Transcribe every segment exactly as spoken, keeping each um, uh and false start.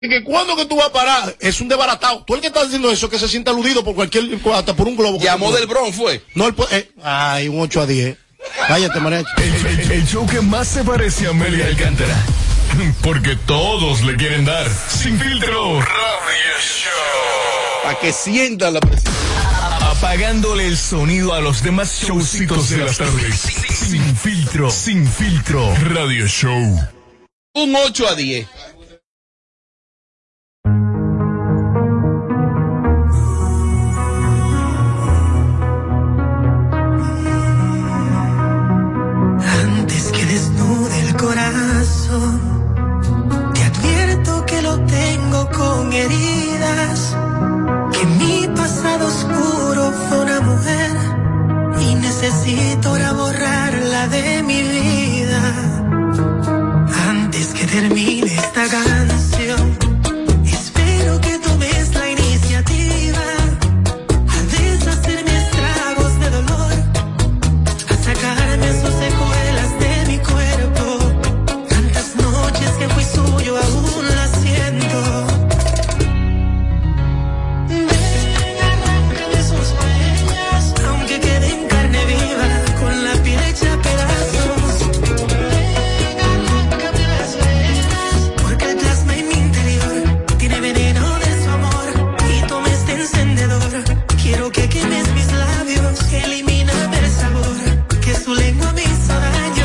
Que cuando que tú vas a parar, es un desbaratado. Tú el que estás diciendo eso, que se siente aludido por cualquier, hasta por un globo. Llamó del Bronx, fue. No, el, eh, ay, un ocho a diez. Cállate, María. El, el, el show que más se parece a Amelia Alcántara. Porque todos le quieren dar. Sin filtro. Radio Show. Para que sientan la presión. Apagándole el sonido a los demás showcitos de las tardes. Sin filtro. Sin filtro. Radio Show. Un ocho a diez. Corazón, te advierto que lo tengo con heridas, que mi pasado oscuro fue una mujer y necesito ahora borrarla de mi vida. Antes que termine esta canción, espero que tomes la iniciativa a deshacerme estragos de dolor, a sacarme sus secuelas de mi cuerpo. Que fui suyo, aún la siento. Ven, arráncame sus huellas, aunque quede en carne viva, con la piel hecha pedazos. Ven, arráncame las venas, porque el plasma en mi interior tiene veneno de su amor. Y toma este encendedor, quiero que quemes mis labios, elimíname el sabor, que su lengua me hizo daño.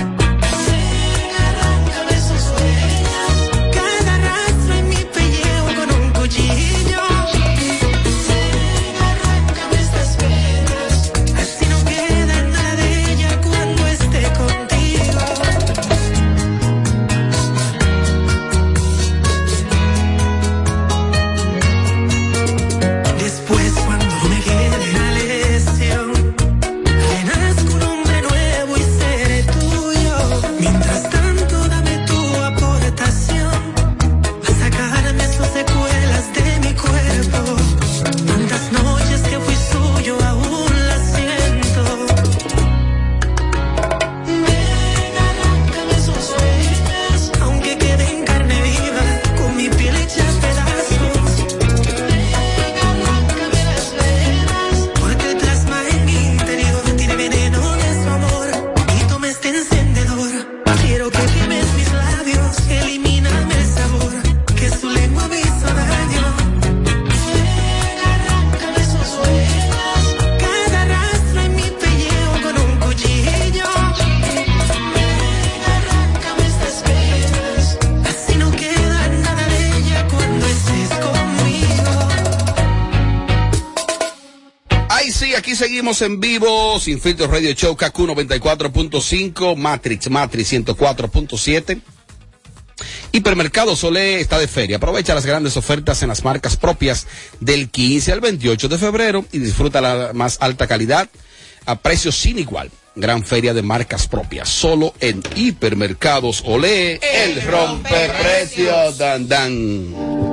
Seguimos en vivo, Sin Filtro Radio Show, K Q noventa y cuatro punto cinco, Matrix, Matrix ciento cuatro punto siete. Hipermercado Solé está de feria. Aprovecha las grandes ofertas en las marcas propias del quince al veintiocho de febrero y disfruta la más alta calidad a precios sin igual. Gran feria de marcas propias, solo en Hipermercados Olé, el, el rompeprecios, dan dan.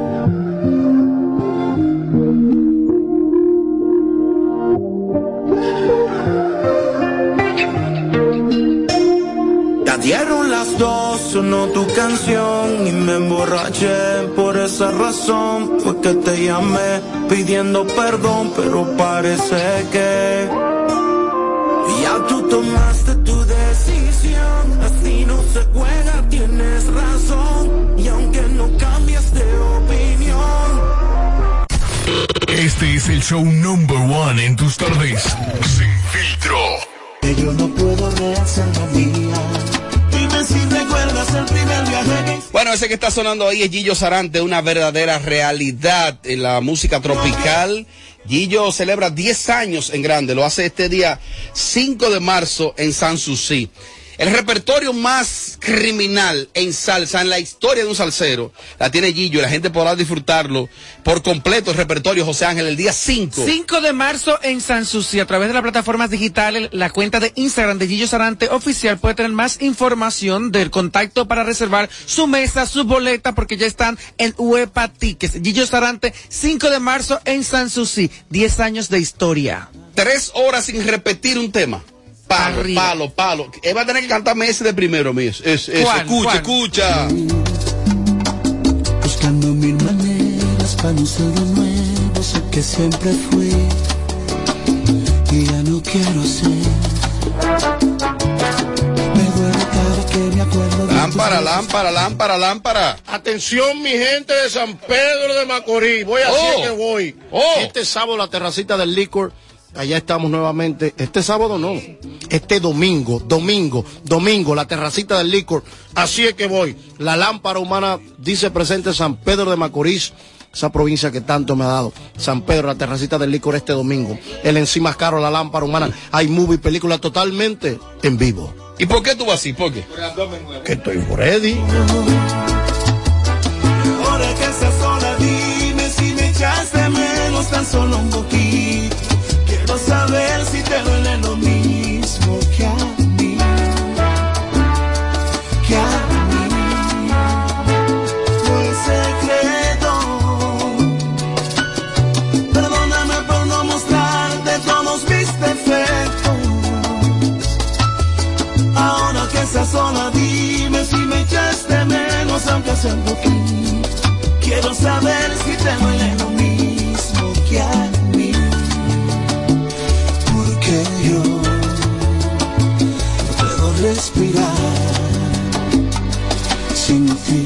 Dieron las dos, sonó tu canción y me emborraché. Por esa razón fue que te llamé pidiendo perdón, pero parece que ya tú tomaste tu decisión. Así no se juega, tienes razón, y aunque no cambies de opinión. Este es el show number one en tus tardes. Sin filtro. Que yo no puedo rehacerlo mía. Si recuerdas el primer viaje que... Bueno, ese que está sonando ahí es Gillo Sarante, una verdadera realidad en la música tropical. Gillo celebra diez años en grande, lo hace este día cinco de marzo en Sanssouci. El repertorio más criminal en salsa en la historia de un salsero la tiene Gillo y la gente podrá disfrutarlo por completo el repertorio, José Ángel, el día cinco. cinco de marzo en Sanssouci, a través de las plataformas digitales, la cuenta de Instagram de Gillo Sarante Oficial puede tener más información del contacto para reservar su mesa, su boleta, porque ya están en Huepa Tickets. Gillo Sarante, cinco de marzo en Sanssouci, diez años de historia. Tres horas sin repetir un tema. Palo, Arriba. palo, palo. Él va a tener que cantarme ese de primero, mío. Es, es, ¿Cuál, escucha, cuál? escucha. buscando mil maneras para no ser de nuevo, sé que siempre fui y ya no quiero ser. Me duele cada que me acuerdo de Lámpara, tus lámpara, lámpara, lámpara. Atención, mi gente de San Pedro de Macorís. Voy así Oh. es que voy. Oh. Este sábado la terracita del licor. Allá estamos nuevamente. Este sábado no. Este domingo, domingo, domingo, la terracita del licor. Así es que voy. La lámpara humana dice presente San Pedro de Macorís. Esa provincia que tanto me ha dado. San Pedro, la terracita del licor este domingo. El encima caro, la lámpara humana. Hay movie, película totalmente en vivo. ¿Y por qué tú vas así? ¿Por qué? Que estoy ready. Ahora que estás sola, dime si me echaste menos tan solo un poquito. Quiero saber si te duele lo mismo que a mí, que a mí. No es secreto. Perdóname por no mostrarte todos mis defectos. Ahora que estás sola, dime si me echaste menos aunque sea un poquito. Quiero saber si te duele lo mismo que a mí. Porque yo no puedo respirar sin ti.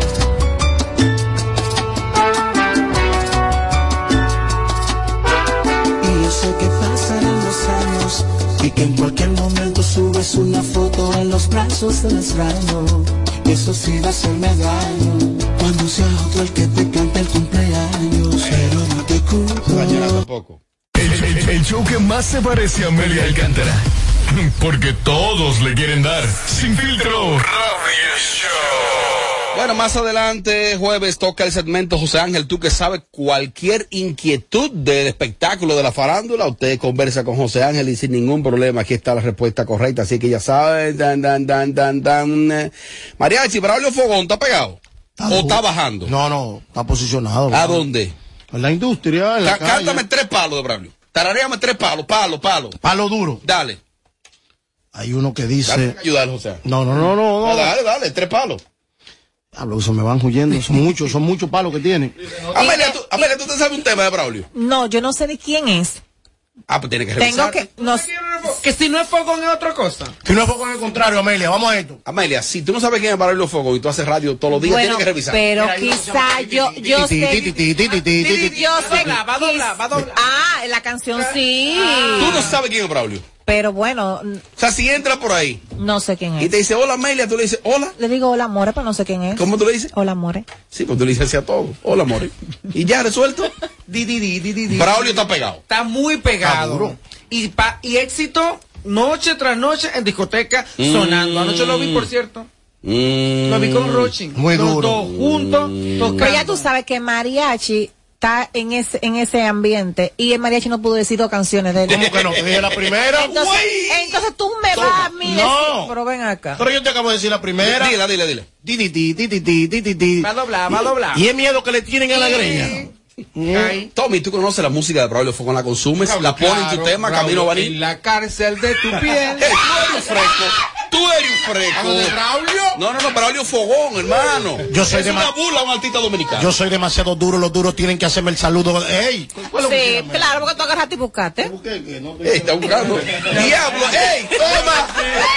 Y yo sé que pasarán los años y que en cualquier momento subes una foto en los brazos del extraño. Eso sí va a hacerme daño cuando sea otro el que te cante el cumpleaños. Pero no te culpo. Mañana tampoco. El, el- el show que más se parece a Amelia Alcántara. Porque todos le quieren dar. Sin filtro. Radio Show. Bueno, más adelante, jueves, toca el segmento José Ángel. Tú que sabes cualquier inquietud del espectáculo de la farándula, usted conversa con José Ángel y sin ningún problema, aquí está la respuesta correcta. Así que ya saben, dan, dan, dan, dan, dan. Mariachi, Braulio Fogón, ¿está pegado? ¿O duro. está bajando? No, no, está posicionado. ¿A ¿verdad? dónde? En la industria, en la Cá- calle. Cántame tres palos de Braulio. Tararéame tres palos, palo, palo. Palo duro. Dale. Hay uno que Dame dice... ayudar, José Ángel. No, no, no, no. Ah, no. dale, dale, tres palos. Diablo, se me van huyendo. Son muchos, son muchos palos que tienen. Amelia, ¿tú, Amelia, ¿tú te sabes un tema de Braulio? No, yo no sé ni quién es. Ah, pues tiene que Tengo revisar. que. No, Que si no es Fogón es otra cosa. Si no fue con el contrario, Amelia, vamos a esto. Amelia, si tú no sabes quién es Braulio Fogón y tú haces radio todos los días, bueno, tienes que revisar. pero quizá yo, yo Ti, ti, ti, sé. ti, ti, ti, ti, ti, ti. Yo sé. doblar, va a doblar, va a doblar. Ah, la canción sí. Tú no sabes quién es Braulio. Pero bueno, O sea, si entra por ahí no sé quién y es. te dice hola Amelia, tú le dices hola. Le digo hola, more, pero no sé quién es. ¿Cómo tú le dices? Hola, more. Sí, pues tú le dices así a todo. Hola, more. Y ya resuelto. Di, di, di, di, di, di. Braulio está pegado. Está muy Está pegado. duro. Y, pa, y éxito noche tras noche en discoteca sonando. Anoche lo vi, por cierto. Mm. Lo vi con Rochin. Muy Los duro. dos juntos tocando. Pero ya tú sabes que Mariachi está en ese, en ese ambiente y el Mariachi no pudo decir dos canciones de él. ¿Cómo que no? Te dije la primera. Entonces, Güey. entonces tú me vas a mí No. decir, pero ven acá. Pero yo te acabo de decir la primera. Dile, dile, dile. Ti, ti, ti, ti, ti, ti, ti, ti, ti. Va a doblar, va a doblar. Y es miedo que le tienen a la greña. Ay. Tommy, tú conoces la música de Braulio Fogón, la consumes, la pones en tu Claro, tema, Braulio, camino a Baní. En la cárcel de tu piel. Hey, tú eres un fresco. Tú eres un fresco. ¿De Braulio? No, no, no, Braulio Fogón, hermano. Yo soy es de una ma- burla a un artista dominicano. Yo soy demasiado duro, los duros tienen que hacerme el saludo. ¡Ey! ¿Cuál es lo que Sí, quieres, Amelia? claro, porque tú agarraste y buscaste. ¿Qué, qué? No, Ey, está buscando. Diablo, ey, toma,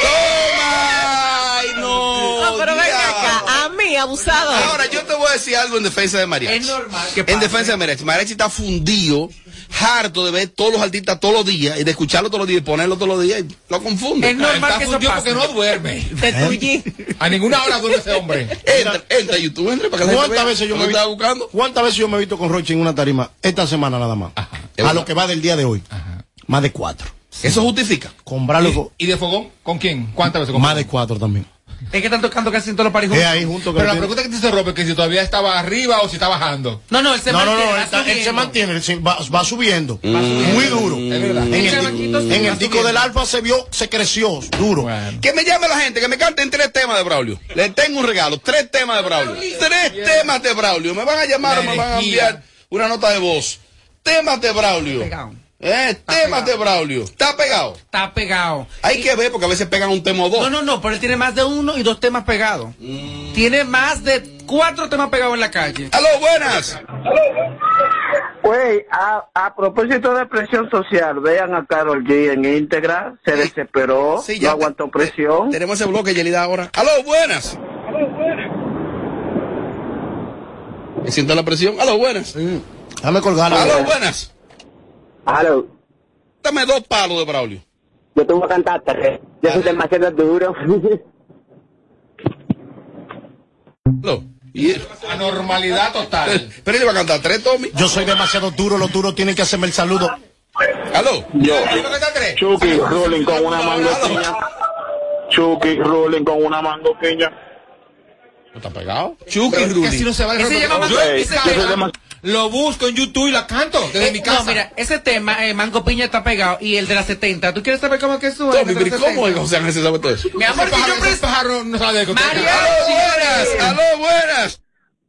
toma. Ay, no. No, pero ven diablo. acá, a mí, abusado. Ahora, yo te voy a decir algo en defensa de Mariachi. Es normal que En pase. defensa de Mariachi. Mariachi está fundido, harto de ver todos los artistas todos los días y de escucharlo todos los días y ponerlo todos los días. Y lo confunde. Es normal Está que eso fundido pase. porque no duerme. Te tullí. A ninguna hora duerme ese hombre. Entra, entra a YouTube, entra para que la gente ¿Cuántas vea veces yo lo me que he estaba visto? buscando. ¿Cuántas veces yo me he visto con Roche en una tarima? Esta semana nada más. A lo que va del día de hoy. Más de cuatro. Eso justifica. Con Braulio, ¿Y de Fogón? ¿Con quién? ¿Cuántas veces? ¿Con más Fogón? de cuatro también. Es que están tocando casi en todos los paris Es juntos. ahí junto que Pero la tiene- pregunta que te hizo Robert, que si todavía estaba arriba o si está bajando. No, no, él se No, no, mantiene. no, va él, está- él se subiendo. mantiene, él se- va, va subiendo. subiendo. Muy duro. Es verdad. En El el, chamaquito di- sí en va el disco subiendo. del Alfa se vio, se creció, duro. Bueno. Que me llame la gente, que me canten tres temas de Braulio. Les tengo un regalo, tres temas de Braulio. Tres temas de Braulio. Me van a llamar La o me van a energía. enviar una nota de voz. Temas de Braulio. Pegado. Eh, temas de Braulio. Está pegado. Está pegado. Hay Y- que ver porque a veces pegan un tema o dos. No, no, no, pero él tiene más de uno y dos temas pegados. Mm. Tiene más de cuatro temas pegados en la calle. Aló, buenas. Güey, a, a propósito de presión social, vean a Karol G en íntegra, se desesperó, Sí, no ya aguantó te- presión. Tenemos ese bloque, Yelida, ahora. Aló, buenas. ¿Me siento la presión? Aló, buenas. Déjame colgar. Aló, buenas. Aló, Dame dos palos de Braulio. yo te voy a cantar tres, yo soy demasiado duro. Aló. Y, Anormalidad total. pero él iba a cantar tres, Tommy. Yo soy demasiado duro, los duros tienen que hacerme el saludo. Aló. Yo, ¿Quién va a cantar tres? Chucky rolling con una mango piña. Chucky rolling con una mango piña. ¿No está pegado? Chucky Pero es que así Rudy. no se va a Ese llama Yo, Mango- ese yo soy tema demasiado- lo busco en YouTube y la canto desde Eh, mi casa. No, mira, ese tema, eh, Mango Piña está pegado y el de la setenta. ¿Tú quieres saber cómo es que sube? Tommy, pero ¿cómo es que José Ángel se sabe todo eso? Mi amor, Ese que yo pájaro, ese presto. pájaro no sabe de discoteca. María. Aló, buenas. Aló, buenas.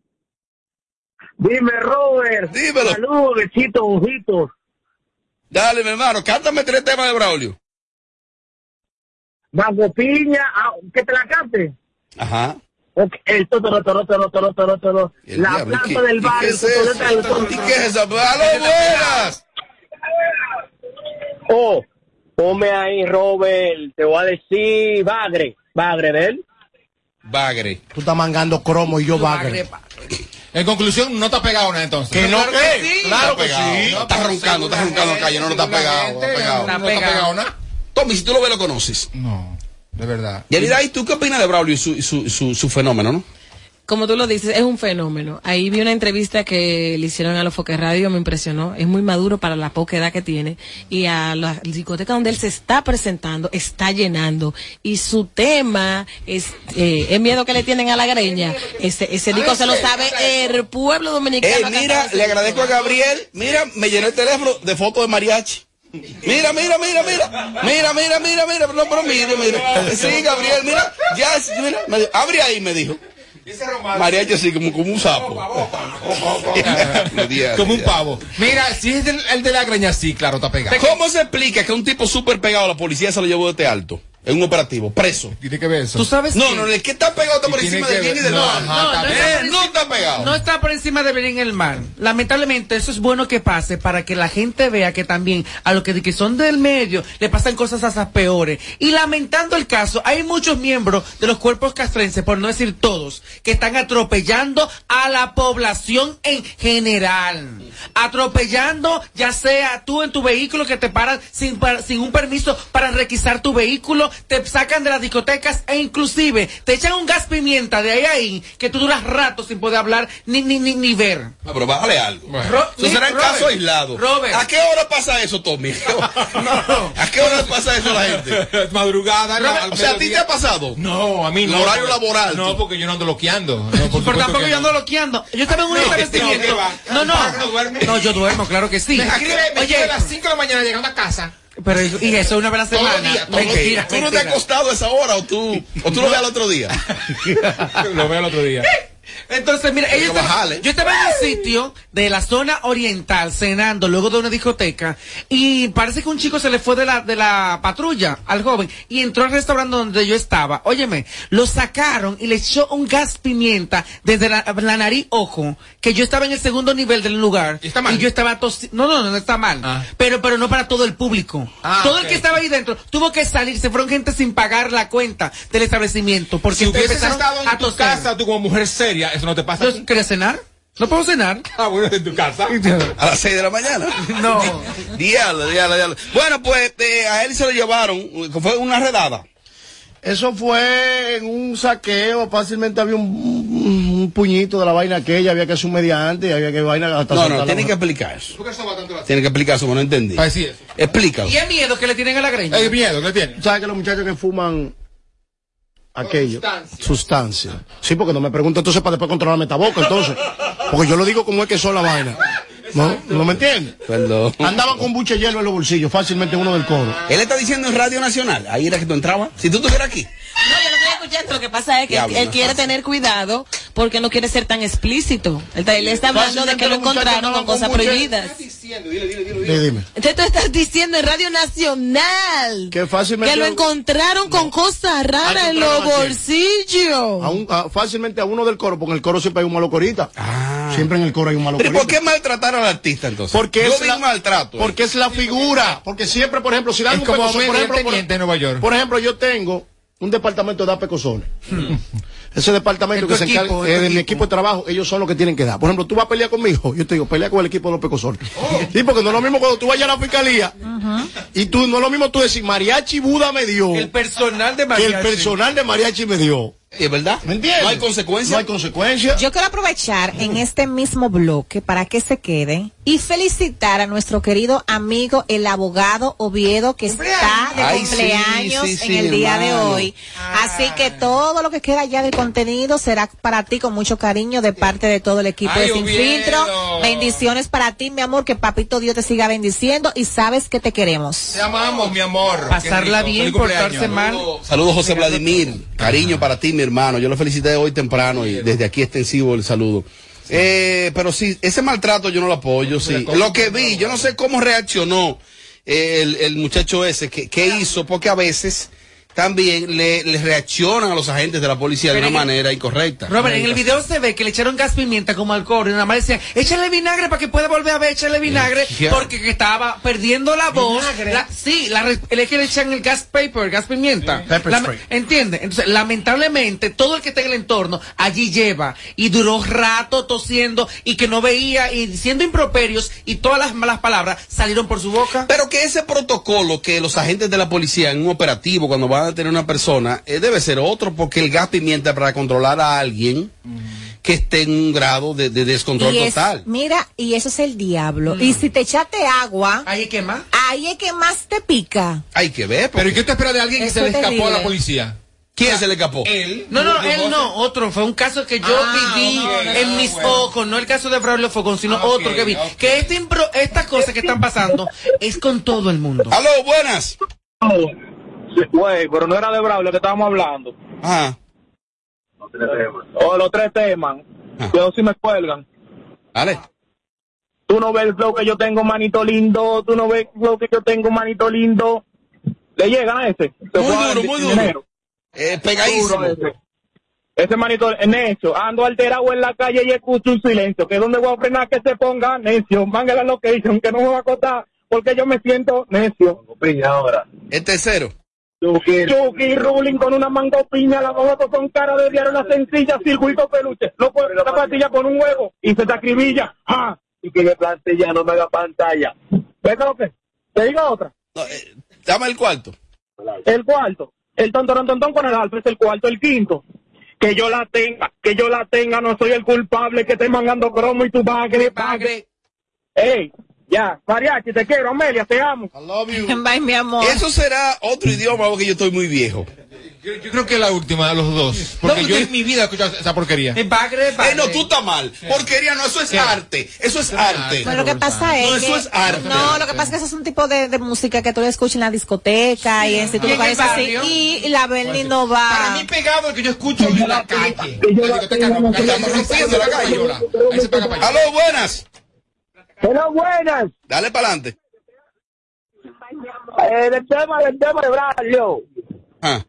Dime, Robert. Dímelo. Saludos, besitos, ojitos. Dale, mi hermano, cántame tres temas de Braulio. Mango piña, ah, que te la cante. Ajá. Ok, el toro, toro, toro, toro, toro, toro. El La diablo, ¿y planta qué- del y barrio. ¿Qué es eso? ¿Y qué es eso? ¡Aló, buenas! Oh, ponme ahí, Robert. Te voy a decir, Bagre. Bagre de él. Bagre. Tú estás mangando cromo y yo bagre. En conclusión, no está pegado nada entonces. Que no, Claro que ¿qué? sí. Claro que Está pegado. sí. No, está roncando, está roncando en la calle, no, no está pegado, está pegado. No está pegado nada. Tommy, si tú lo ves, lo conoces. No, de verdad. Yelida, ¿y tú qué opinas de Braulio y su, y su, su, su fenómeno, no? Como tú lo dices, es un fenómeno. Ahí vi una entrevista que le hicieron a los Foque Radio, me impresionó. Es muy maduro para la poca edad que tiene. Y a la discoteca donde él se está presentando, está llenando. Y su tema es eh, el miedo que le tienen a la greña. Ese, ese disco se lo sabe el pueblo dominicano. Eh, ha mira, cantado ese le agradezco a disco. Gabriel. Mira, me llenó el teléfono de fotos de mariachi. Mira, mira, mira, mira. Mira, mira, mira, mira. No, pero mira, mira. Sí, Gabriel, mira. Ya, mira. Me dijo, abre ahí, me dijo. Mariachi así como, como un sapo. Como un pavo. Mira, si es el, el de la greña, sí, claro, está pegado. ¿Cómo se explica que un tipo súper pegado, la policía se lo llevó desde alto? En un operativo, preso. Tiene que ver eso. ¿Tú sabes No, qué? no, el que está pegado está Y por tiene encima que de bien y ver- del no, mal. ajá, está no, bien. Eh, no está pegado. No está por encima del bien y el mal. Lamentablemente, eso es bueno que pase para que la gente vea que también a los que, que son del medio le pasan cosas hasta peores. Y lamentando el caso, hay muchos miembros de los cuerpos castrenses, por no decir todos, que están atropellando a la población en general. Atropellando, ya sea tú en tu vehículo que te paran sin, pa- sin un permiso para requisar tu vehículo, te sacan de las discotecas e inclusive te echan un gas pimienta de ahí a ahí que tú duras rato sin poder hablar ni ni ni, ni ver. No, pero bájale algo. Ro- Eso será en Robert, caso aislado. Robert. ¿A qué hora pasa eso, Tommy? ¿A qué hora le pasa eso a la gente? Madrugada. Robert, al o sea, ¿a ti te mediodía. ha pasado? No, a mí El no. horario porque- laboral, No, tú. porque yo no ando loqueando. No, por Pero supuesto tampoco que yo ando no. loqueando. Yo estaba en un No, establecimiento. ¿qué va? No, no. ¿No duerme? No, yo duermo, claro que sí. Me escribe, me escribe Oye, a las cinco de la mañana llegando a casa. pero y eso es una vez a la Todo el semana. día, todo el Mentira, ¿Tú no te has mentira. acostado a esa hora o tú, o tú lo ves al otro día? Lo veo el otro día. Entonces, mira, ellos Hay que estaban- bajarle. yo estaba en un sitio de la zona oriental cenando luego de una discoteca y parece que un chico se le fue de la de la patrulla al joven y entró al restaurante donde yo estaba. Óyeme, lo sacaron y le echó un gas pimienta desde la, la nariz ojo, que yo estaba en el segundo nivel del lugar. ¿Y está mal? Y yo estaba tosi- no, no, no está mal. Ah. Pero pero no para todo el público. Ah, todo ok. el que estaba ahí dentro tuvo que salir, se fueron gente sin pagar la cuenta del establecimiento porque Si hubieses empezaron estado en a tu toser. casa, tú como mujer seria, eso no te pasa. ¿No quieres cenar? ¿No puedo cenar? Ah, bueno, en tu casa. A las seis de la mañana. No. Diablo, diablo, diablo. Bueno, pues eh, a él se lo llevaron, fue una redada. Eso fue en un saqueo, fácilmente había un, un, un puñito de la vaina aquella, había que hacer un mediante, había que vaina hasta No, no, soltar tiene la- que explicar eso. ¿Por qué eso va tanto la- Tiene que explicar eso, no entendí. Para decir eso. Explícalo. ¿Y el miedo que le tienen a la greña? Hay miedo, ¿qué tiene? ¿Sabes que los muchachos que fuman aquello? Sustancia. Sustancia. Sí, porque no me pregunto entonces para después controlarme esta boca, entonces. Porque yo lo digo como es que son la vaina. ¿No? ¿No me entiendes? Perdón. Andaban con buche de hielo en los bolsillos, fácilmente uno del codo. Él está diciendo en Radio Nacional, ahí era que tú entrabas. Si tú estuvieras aquí. No, yo lo estoy escuchando. Lo que pasa es que Diablo, él, él no quiere es fácil. tener cuidado porque no quiere ser tan explícito. Él, está- él está hablando de que lo Fácilmente los muchachos encontraron con andaban con cosas mucho- prohibidas. diciendo? Dile, dile, dile. dile. Dime. Entonces tú estás diciendo en Radio Nacional que fácilmente que lo encontraron no. con cosas raras en los bolsillos. A un, a, fácilmente a uno del coro, porque en el coro siempre hay un malocorita. Ah. Siempre en el coro hay un malocorita. ¿Pero por qué maltratar al artista entonces? Porque Yo es vi la, un maltrato. Porque es la figura. Porque siempre, por ejemplo, si dan es un como pecozón, por ejemplo, por, de Nueva York. por ejemplo, yo tengo un departamento de dar pecosones. Hmm. Ese departamento que se encarga eh, de equipo. mi equipo de trabajo, ellos son los que tienen que dar. Por ejemplo, tú vas a pelear conmigo, yo te digo, pelea con el equipo de los pecosones. Oh. Sí, porque no es lo mismo cuando tú vayas a la fiscalía uh-huh. y tú no es lo mismo tú decir, Mariachi Buda me dio. El personal de Mariachi. Que el personal de Mariachi me dio. ¿Es verdad? ¿Me entiendes? No hay consecuencias. No hay consecuencias. Yo quiero aprovechar en este mismo bloque para que se quede y felicitar a nuestro querido amigo, el abogado Oviedo, que está de Ay, cumpleaños sí, sí, en sí, el día hermano. de hoy. Ah. Así que todo lo que queda ya del contenido será para ti con mucho cariño de parte de todo el equipo Ay, de Sin Oviedo. Filtro. Bendiciones para ti, mi amor, que papito Dios te siga bendiciendo y sabes que te queremos. Te amamos, mi amor. Pasarla bien, portarse mal. Saludos, saludos José Vladimir. Cariño para ti, mi hermano. Yo lo felicité hoy temprano y desde aquí extensivo el saludo. Eh, pero sí, ese maltrato yo no lo apoyo, sí. Lo que vi, yo no sé cómo reaccionó eh, el, el muchacho ese, que, que hizo, porque a veces también le, le reaccionan a los agentes de la policía de Pero una en- manera incorrecta. Robert, en el video se ve que le echaron gas pimienta como alcohol y nada más decían, échale vinagre para que pueda volver a ver, échale vinagre, Yeah. porque que estaba perdiendo la voz. La, sí, la, re- es que le echan el gas paper, gas pimienta. Pepper La- spray. ¿Entiende? Entonces, lamentablemente, todo el que está en el entorno allí lleva y duró rato tosiendo y que no veía y diciendo improperios y todas las malas palabras salieron por su boca. Pero que ese protocolo que los agentes de la policía en un operativo cuando van a detener a una persona eh, debe ser otro, porque el gas pimienta para controlar a alguien que esté en un grado de, de descontrol Y es- total. mira, y eso es el diablo. Y si te echaste agua, Ahí es que más. ahí es que más te pica. Hay que ver. Pero porque- ¿y qué te espera de alguien que Eso se le es escapó a terrible. la policía? ¿Quién se le escapó? Él. No, no, Julio él José. no, otro. Fue un caso que yo Ah, viví ok, en ah, mis bueno. ojos, no el caso de Braulio Fogón, sino Ah, otro ok, que vi. ok. Que este impro- estas cosas que están pasando es con todo el mundo. Aló, buenas. Güey, pero no era de Braulio que estábamos hablando. Ajá. O los tres temas. Ah. Yo si me cuelgan. Vale. Tú no ves el flow que yo tengo, manito lindo. Tú no ves el flow que yo tengo, manito lindo. Le llegan a ese. Se Muy fue a- duro, muy en duro. enero. Eh, pegadísimo. Duro ese. Ese manito en eso, ando alterado en la calle y escucho un silencio, que donde voy a frenar que se ponga necio, manga la location, que no me va a costar, porque yo me siento necio. Piña ahora. El tercero. Chucky, Chucky Ruling con una mango piña, las dos son cara de diario, una sencilla, circuito peluche, no puede la pastilla con un huevo y se te acribilla, ¡ja! Y que me plantilla, no me haga pantalla. ¿Ves lo que? Te digo otra. No, eh, dame el cuarto. El cuarto, el tontorón tontón con el alfa es el cuarto, el quinto. Que yo la tenga, que yo la tenga, no soy el culpable, que esté mangando cromo y tu bagre, bagre. Ey, ya, Mariachi, te quiero, Amelia, te amo. I love you. Bye, mi amor. Eso será otro idioma porque yo estoy muy viejo. Yo, yo creo que es la última de los dos. Porque No, yo tú- en mi vida he escuchado esa porquería. Es bagre, bagre. Eh, no, tú estás mal. Porquería, no, eso es ¿Qué? arte. Eso es arte. Pero lo que pasa es No, que, eso es arte. no, lo que pasa es que eso es un tipo de, de música que tú le escuchas en la discoteca y en si tú Y en el parece así barrio. y la Berni no Para va. mí pegado el que yo escucho en la calle. En la discoteca no, que estamos rompiendo la calle ahora. Ahí se pega para allá. Aló, buenas. Pero buenas, Dale para adelante. eh, del tema, del tema de Braulio. Ah,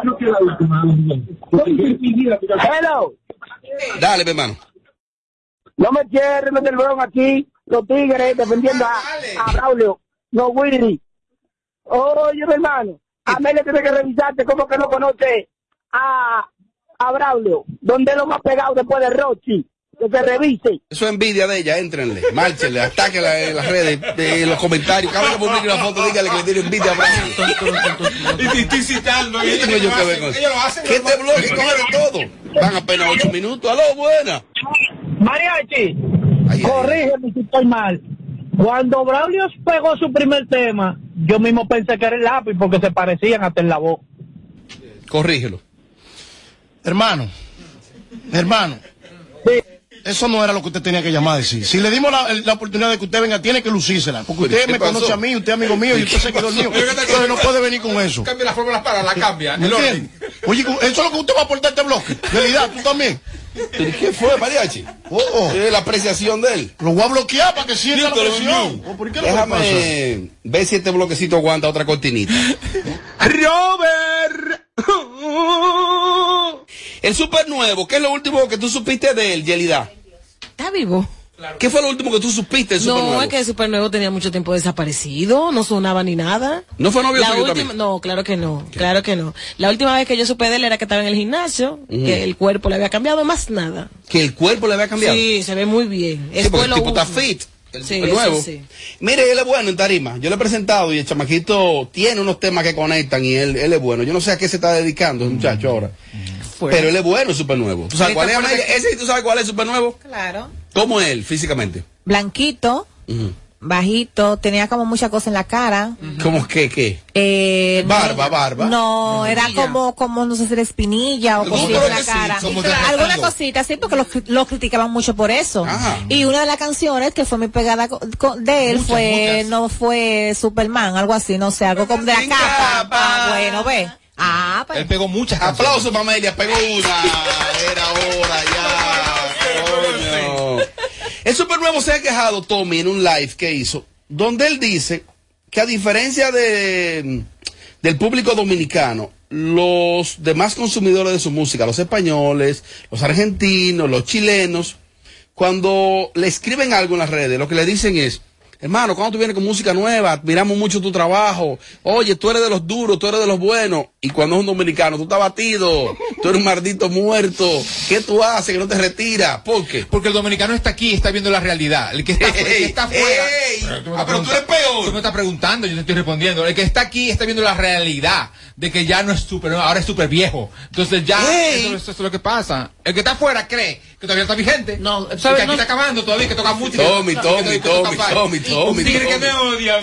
Hello, dale, mi hermano. no me cierren del bron aquí, los tigres defendiendo a, a Braulio, no Willy. Oye, mi hermano, Amelia tiene que revisarte como que no conoce a, a Braulio, donde es lo más pegado después de Rochi, que se revise. Eso es envidia de ella, éntrenle, márchenle, atáquenla en las redes, en los comentarios. Cada vez que publique una foto, dígale que le tiene envidia a Braulio. Y estoy citando. ¿Qué tengo yo que ver con eso? Ellos lo hacen. Que este bloque coge de todo. Van apenas ocho minutos. Aló, buena. Mariachi, Ay, ay, corrígeme si estoy mal. Cuando Braulio pegó su primer tema, yo mismo pensé que era el lápiz porque se parecían hasta en la voz. corrígelo. Hermano, hermano, eso no era lo que usted tenía que llamar a decir. Si le dimos la, la oportunidad de que usted venga, tiene que lucírsela. Porque usted ¿Qué me pasó? conoce a mí, usted es amigo mío y usted se quedó el mío. Entonces no puede venir con eso. Cambia la fórmula para la cambia. ¿Me El orden. entiende? Oye, eso es lo que usted va a aportar a este bloque. Realidad, tú también. ¿Qué fue, mariachi? Oh, oh. Eh, la apreciación de él. Lo voy a bloquear para que sienta la presión. Oh, ¿por qué Déjame ver si este bloquecito aguanta otra cortinita. Robert. El super nuevo, ¿qué es lo último que tú supiste de él, Yelida? Está vivo. ¿Qué fue lo último que tú supiste del Supernuevo? No, es que el Supernuevo tenía mucho tiempo desaparecido, no sonaba ni nada. ¿No fue novio la tuyo última, también? No, claro que no, ¿Qué? claro que no. La última vez que yo supe de él era que estaba en el gimnasio, uh-huh. que el cuerpo le había cambiado, más nada. ¿Que el cuerpo le había cambiado? Sí, se ve muy bien. Sí, porque el tipo está fit. El, sí, el nuevo. Sí, sí. Mire, él es bueno en tarima. Yo le he presentado y el chamaquito tiene unos temas que conectan y él, él es bueno. Yo no sé a qué se está dedicando ese muchacho ahora. Fuera. Pero él es bueno, Supernuevo. ¿Tú sabes cuál es, Amelia? ¿Ese tú sabes cuál es Supernuevo? Claro. ¿Cómo es él físicamente? Blanquito, uh-huh. bajito, tenía como mucha cosa en la cara. Uh-huh. ¿Cómo qué, qué? Eh, barba, barba. No, era como, como, no sé si era espinilla o cosita en la cara. Sí, sí, claro. Alguna cosita, sí, porque lo, lo criticaban mucho por eso. Ajá. Y una de las canciones que fue muy pegada de él muchas, fue, muchas. no fue Superman, algo así, no sé, algo como de la capa. Ah, bueno, ve. Ah, pues. Él pegó muchas canciones. Aplausos para Amelia, pegó una. Era hora ya. Coño. El Supernuevo se ha quejado, Tommy, en un live que hizo, donde él dice que a diferencia de del público dominicano, los demás consumidores de su música, los españoles, los argentinos, los chilenos, cuando le escriben algo en las redes, lo que le dicen es: hermano, cuando tú vienes con música nueva, admiramos mucho tu trabajo. Oye, tú eres de los duros, tú eres de los buenos. Y cuando es un dominicano, tú estás batido, tú eres un maldito muerto. ¿Qué tú haces que no te retiras? ¿Por qué? Porque el dominicano está aquí y está viendo la realidad. El que está, ey, el que está afuera. Ey, pero, tú ah, pero tú eres peor. Tú me estás preguntando, yo te estoy respondiendo. El que está aquí está viendo la realidad de que ya no es súper, ahora es súper viejo. Entonces ya, eso, eso es lo que pasa. El que está afuera cree que todavía está vigente. No, ¿sabes? Que aquí no, está acabando todavía, que toca mucho. Tommy, Tommy, Tommy, Tommy, Tommy. Tigre que me odia.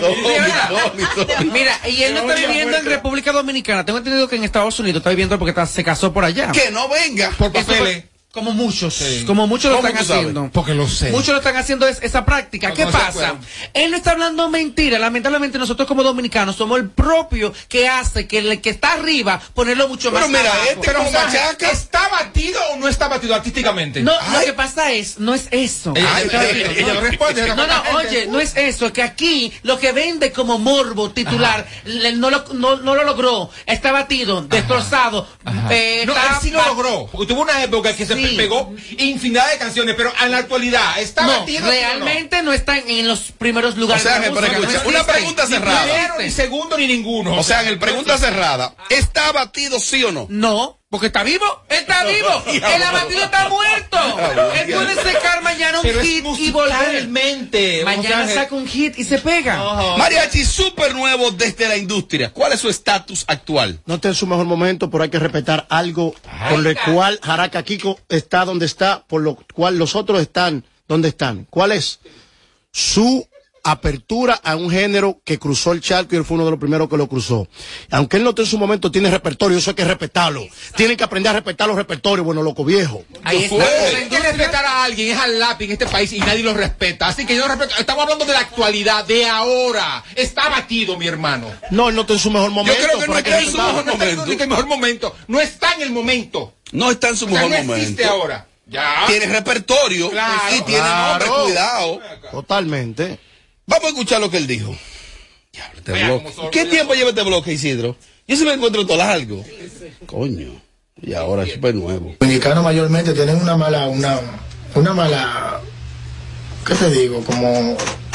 Mira, y él no está viviendo en República Dominicana. Tengo entendido que en Estados Unidos está viviendo porque está, se casó por allá. Que no venga. Por papeles. Como muchos, sí. como muchos lo están haciendo. Sabes? Porque lo sé. Muchos lo están haciendo es, esa práctica. No, ¿Qué no pasa? Él no está hablando mentira. Lamentablemente nosotros como dominicanos somos el propio que hace que el que está arriba ponerlo mucho pero más mira, abajo. Este pero machaca. ¿Está batido o no está batido artísticamente? No, Ay. Lo que pasa es, no es eso. Ella, Ay, ella, ella, ella lo responde. No, no, oye, no es eso. Es que aquí lo que vende como morbo titular le, no, lo, no, no lo logró. Está batido, destrozado. Eh, no, él sí lo logró. Porque tuvo una época que se sí. pegó infinidad de canciones, pero en la actualidad está no, batido. Realmente no? no están en los primeros lugares. O sea, de música, escucha, no una pregunta ni cerrada. Ni primero, ni segundo, ni ninguno. O sea, en el pregunta cerrada, ¿está batido sí o no? No. Porque está vivo, está vivo, el abatido está muerto. Él puede sacar mañana un pero hit y volver. Mañana saca un hit y se pega. Uh-huh. Mariachi Supernuevo desde la industria. ¿Cuál es su estatus actual? No está en su mejor momento, pero hay que respetar algo Ay, por lo cual Jaraca Kiko está donde está, por lo cual los otros están donde están. ¿Cuál es? Su apertura a un género que cruzó el charco y él fue uno de los primeros que lo cruzó. Aunque él no en su momento tiene repertorio, eso hay que respetarlo. Tienen que aprender a respetar los repertorios, bueno, loco viejo. Ahí está. Hay que respetar a alguien, es al lápiz en este país y nadie lo respeta. Así que yo no respeto. Estamos hablando de la actualidad, de ahora. Está batido, mi hermano. No, él no está en su mejor momento. Yo creo que no está en su mejor momento. No está en el mejor momento. No está en el momento. No está en su o sea, mejor no momento. Existe ahora. Ya. Tiene repertorio claro, y tiene claro. nombre, cuidado. Totalmente. Vamos a escuchar lo que él dijo. Diablo, este bloque. ¿Qué tiempo lleva este bloque, Isidro? Yo se me encuentro todo largo. Coño. Y ahora es súper nuevo. Los dominicanos mayormente tienen una mala, una, una mala, ¿qué te digo? Como,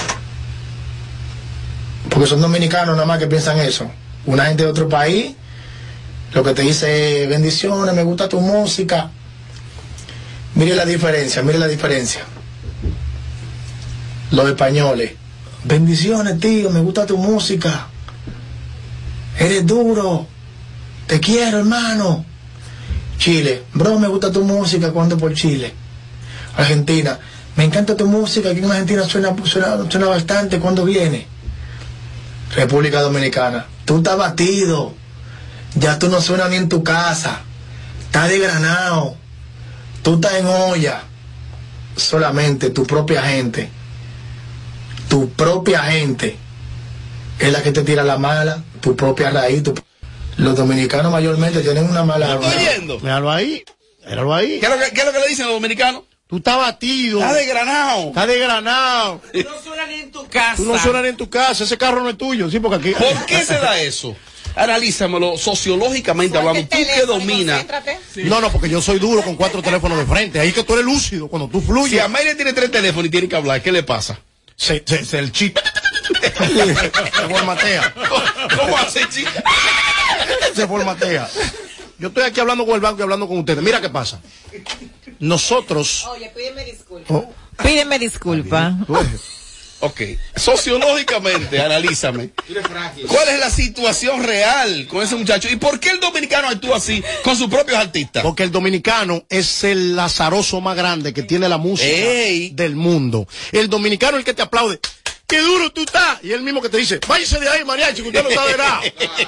porque son dominicanos nada más que piensan eso. Una gente de otro país, lo que te dice bendiciones, me gusta tu música. Mire la diferencia, mire la diferencia. Los españoles. Bendiciones, tío, me gusta tu música. Eres duro. Te quiero, hermano. Chile, bro, me gusta tu música, ¿cuánto por Chile? Argentina, me encanta tu música, aquí en Argentina suena, suena, suena bastante, ¿cuándo viene? República Dominicana, tú estás batido. Ya tú no suenas ni en tu casa. Estás desgranado. Tú estás en olla. Solamente tu propia gente. Tu propia gente es la que te tira la mala, tu propia raíz. Tu... Los dominicanos mayormente tienen una mala... Míralo ahí. Éralo ahí. ¿Qué es lo que, qué es lo que le dicen los dominicanos? Tú estás batido. Está desgranado. Está desgranado. Tú no suenas ni en tu casa. Tú no suenas ni en tu casa. Ese carro no es tuyo. Sí, porque aquí. ¿Por qué se da eso? Analízamelo sociológicamente hablando. Tú que dominas. Sí. No, no, porque yo soy duro con cuatro teléfonos de frente. Ahí que tú eres lúcido cuando tú fluyes. Si Amelia tiene tres teléfonos y tiene que hablar, ¿qué le pasa? Se, se, se el chip. Se formatea. ¿Cómo hace chip? Se formatea. Yo estoy aquí hablando con el banco y hablando con ustedes. Mira qué pasa. Nosotros. Oye, pídeme disculpa. Oh. Pídeme disculpa. Ok, sociológicamente, analízame. ¿Cuál es la situación real con ese muchacho? ¿Y por qué el dominicano actúa así con sus propios artistas? Porque el dominicano es el lazaroso más grande que tiene la música Ey. del mundo. El dominicano es el que te aplaude. ¡Qué duro tú estás! Y él mismo que te dice, váyase de ahí, mariachi, que usted no sabe nada.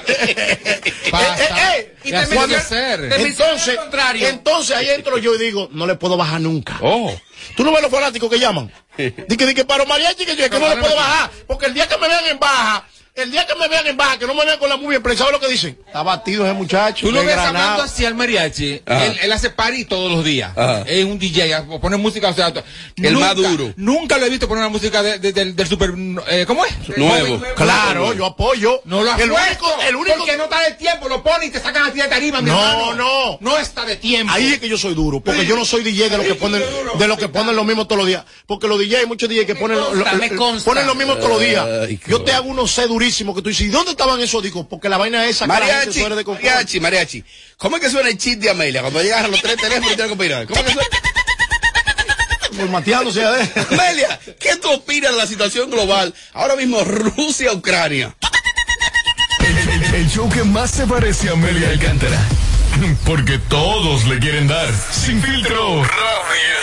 Basta. eh, eh, y te puede ser. Entonces, entonces ahí entro yo y digo, no le puedo bajar nunca. Oh. ¿Tú no ves los fanáticos que llaman? Dice que, que para mariachi que yo que no le puedo bajar. Porque el día que me vean en baja, el día que me vean en baja, que no me vean con la muy bien, ¿sabes lo que dicen? Está batido ese muchacho. Tú lo ves hablando así al mariachi. Él, él hace party todos los días. Ajá. Es un D J, pone música, o sea, el nunca, más duro. Nunca lo he visto poner una música de, de, de, del super, eh, ¿cómo es? Nuevo. Claro, nuevo. Yo apoyo. No lo el único, el único porque no está de tiempo, lo pone y te sacan a ti de tarima, mi No, hermano. no. No está de tiempo. Ahí es que yo soy duro, porque yo no soy D J de los que ponen, de los que ponen lo mismo todos los días. Porque los D J hay muchos D J que ponen, consta, lo, lo, ponen lo mismo todos los días. Ay, yo te hago unos C durísimos que tú dices, ¿y dónde estaban esos discos? Porque la vaina esa mariachi, que la de mariachi, mariachi. ¿Cómo es que suena el chip de Amelia cuando llegas a los tres teléfonos y tienes que opinar? ¿Cómo es que suena? Formateándose a ver. Amelia, ¿qué tú opinas de la situación global? Ahora mismo Rusia-Ucrania. El, el, el show que más se parece a Amelia Alcántara. Porque todos le quieren dar. Sin filtro. Radio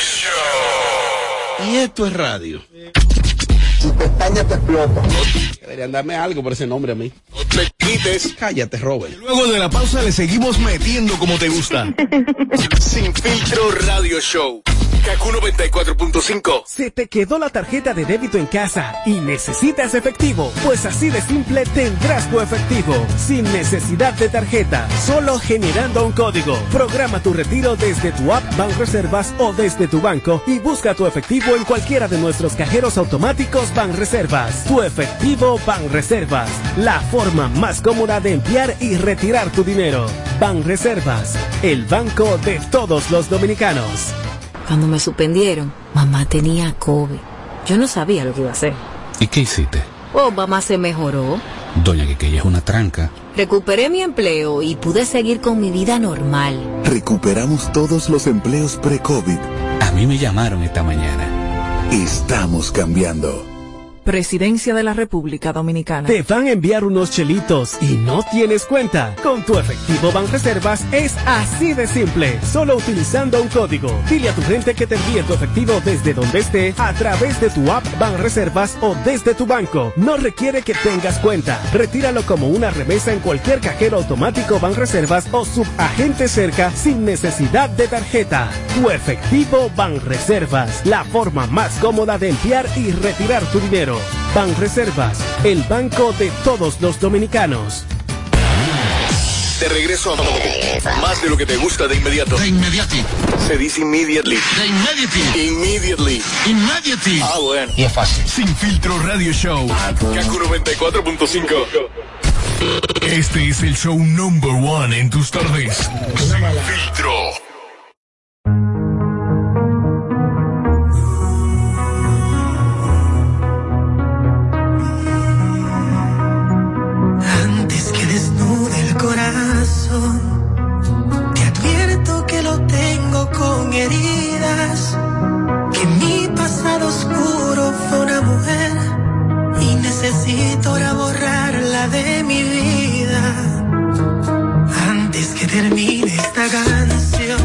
Show. Y esto es radio. Tu pestaña te explota. Deberían darme algo por ese nombre a mí. No te quites. Cállate, Robert. Luego de la pausa le seguimos metiendo como te gusta. Sin filtro Radio Show. Kaku noventa y cuatro punto cinco. ¿Se te quedó la tarjeta de débito en casa y necesitas efectivo? Pues así de simple tendrás tu efectivo, sin necesidad de tarjeta, solo generando un código. Programa tu retiro desde tu app Banreservas o desde tu banco y busca tu efectivo en cualquiera de nuestros cajeros automáticos Banreservas. Tu efectivo Banreservas, la forma más cómoda de enviar y retirar tu dinero. Banreservas, el banco de todos los dominicanos. Cuando me suspendieron, mamá tenía COVID. Yo no sabía lo que iba a hacer. ¿Y qué hiciste? Oh, mamá se mejoró. Doña Quiqueya es una tranca. Recuperé mi empleo y pude seguir con mi vida normal. Recuperamos todos los empleos pre-COVID. A mí me llamaron esta mañana. Estamos cambiando. Presidencia de la República Dominicana. Te van a enviar unos chelitos y no tienes cuenta. Con tu efectivo Banreservas es así de simple, solo utilizando un código. Dile a tu gente que te envíe tu efectivo desde donde esté, a través de tu app Banreservas o desde tu banco. No requiere que tengas cuenta. Retíralo como una remesa en cualquier cajero automático Banreservas o subagente cerca sin necesidad de tarjeta. Tu efectivo Banreservas, la forma más cómoda de enviar y retirar tu dinero. Banreservas, el banco de todos los dominicanos. De regreso a más de lo que te gusta de inmediato. De inmediati. Se dice immediately. De immediati. Immediately. Immediati. Ah, bueno. Y es fácil. Sin filtro Radio Show. Kaku noventa y cuatro punto cinco. Este es el show number one en tus tardes. Sin filtro. Te advierto que lo tengo con heridas, que mi pasado oscuro fue una mujer y necesito ahora borrarla de mi vida. Antes que termine esta canción,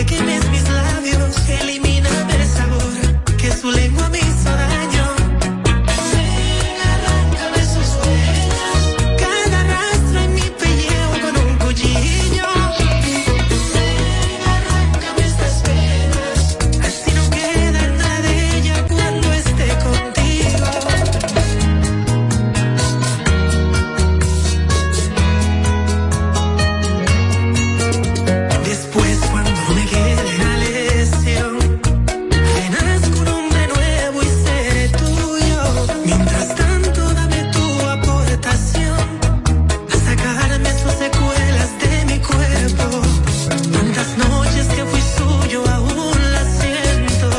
quemes mis labios, elimíname el sabor, que su lengua me hizo daño. Ven, arráncame sus huellas, cada rastro en mi pellejo con un cuchillo. Ven, arráncame estas penas, así no queda nada de ella cuando esté contigo. Después cuando me quede la lesión, verás con un hombre nuevo y seré tuyo. Mientras tanto dame tu aportación a sacarme sus secuelas de mi cuerpo. Tantas noches que fui suyo aún las siento.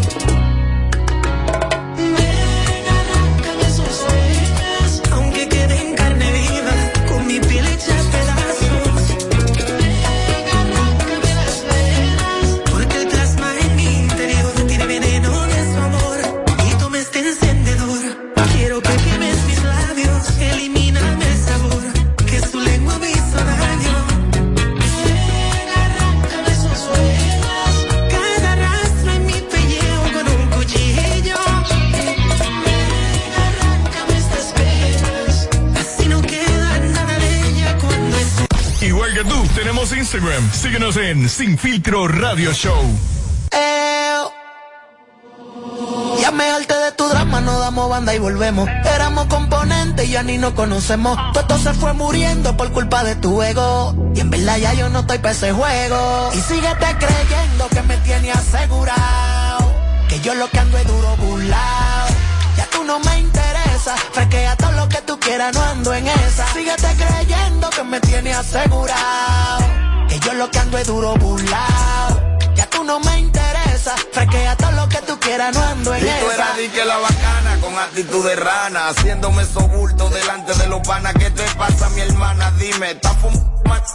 Ven, arráncame sus huellas, aunque quede en carne viva, con mi piel hecha pedazos. Porque el plasma en mi interior tiene veneno de su amor y toma este encendedor. Quiero que quemes mis labios, elimíname el sabor, que su lengua me hizo daño. Ven, arráncame sus huellas, cada rastro en mi pellejo con un cuchillo. Ven, arráncame estas penas, así no queda nada de ella cuando esté. Igual que tú, tenemos Instagram. Síguenos en Sin Filtro Radio Show. Eh, ya me harté de tu drama, no damos banda y volvemos. Éramos componentes y ya ni nos conocemos. Todo esto se fue muriendo por culpa de tu ego. Y en verdad ya yo no estoy para ese juego. Y síguete creyendo que me tiene asegurado, que yo lo que ando es duro burlao. Ya tú no me interesa, fresquea todo lo que tú quieras, no ando en esa. Síguete creyendo que me tiene asegurado, que yo lo que ando es duro burlao. Ya tú no me interesa, fresquea todo lo que tú quieras, no ando en Y esa. tú eras di que la bacana, con actitud de rana, haciéndome sobulto delante de los panas. ¿Qué te pasa, mi hermana? Dime, ¿estás fumando?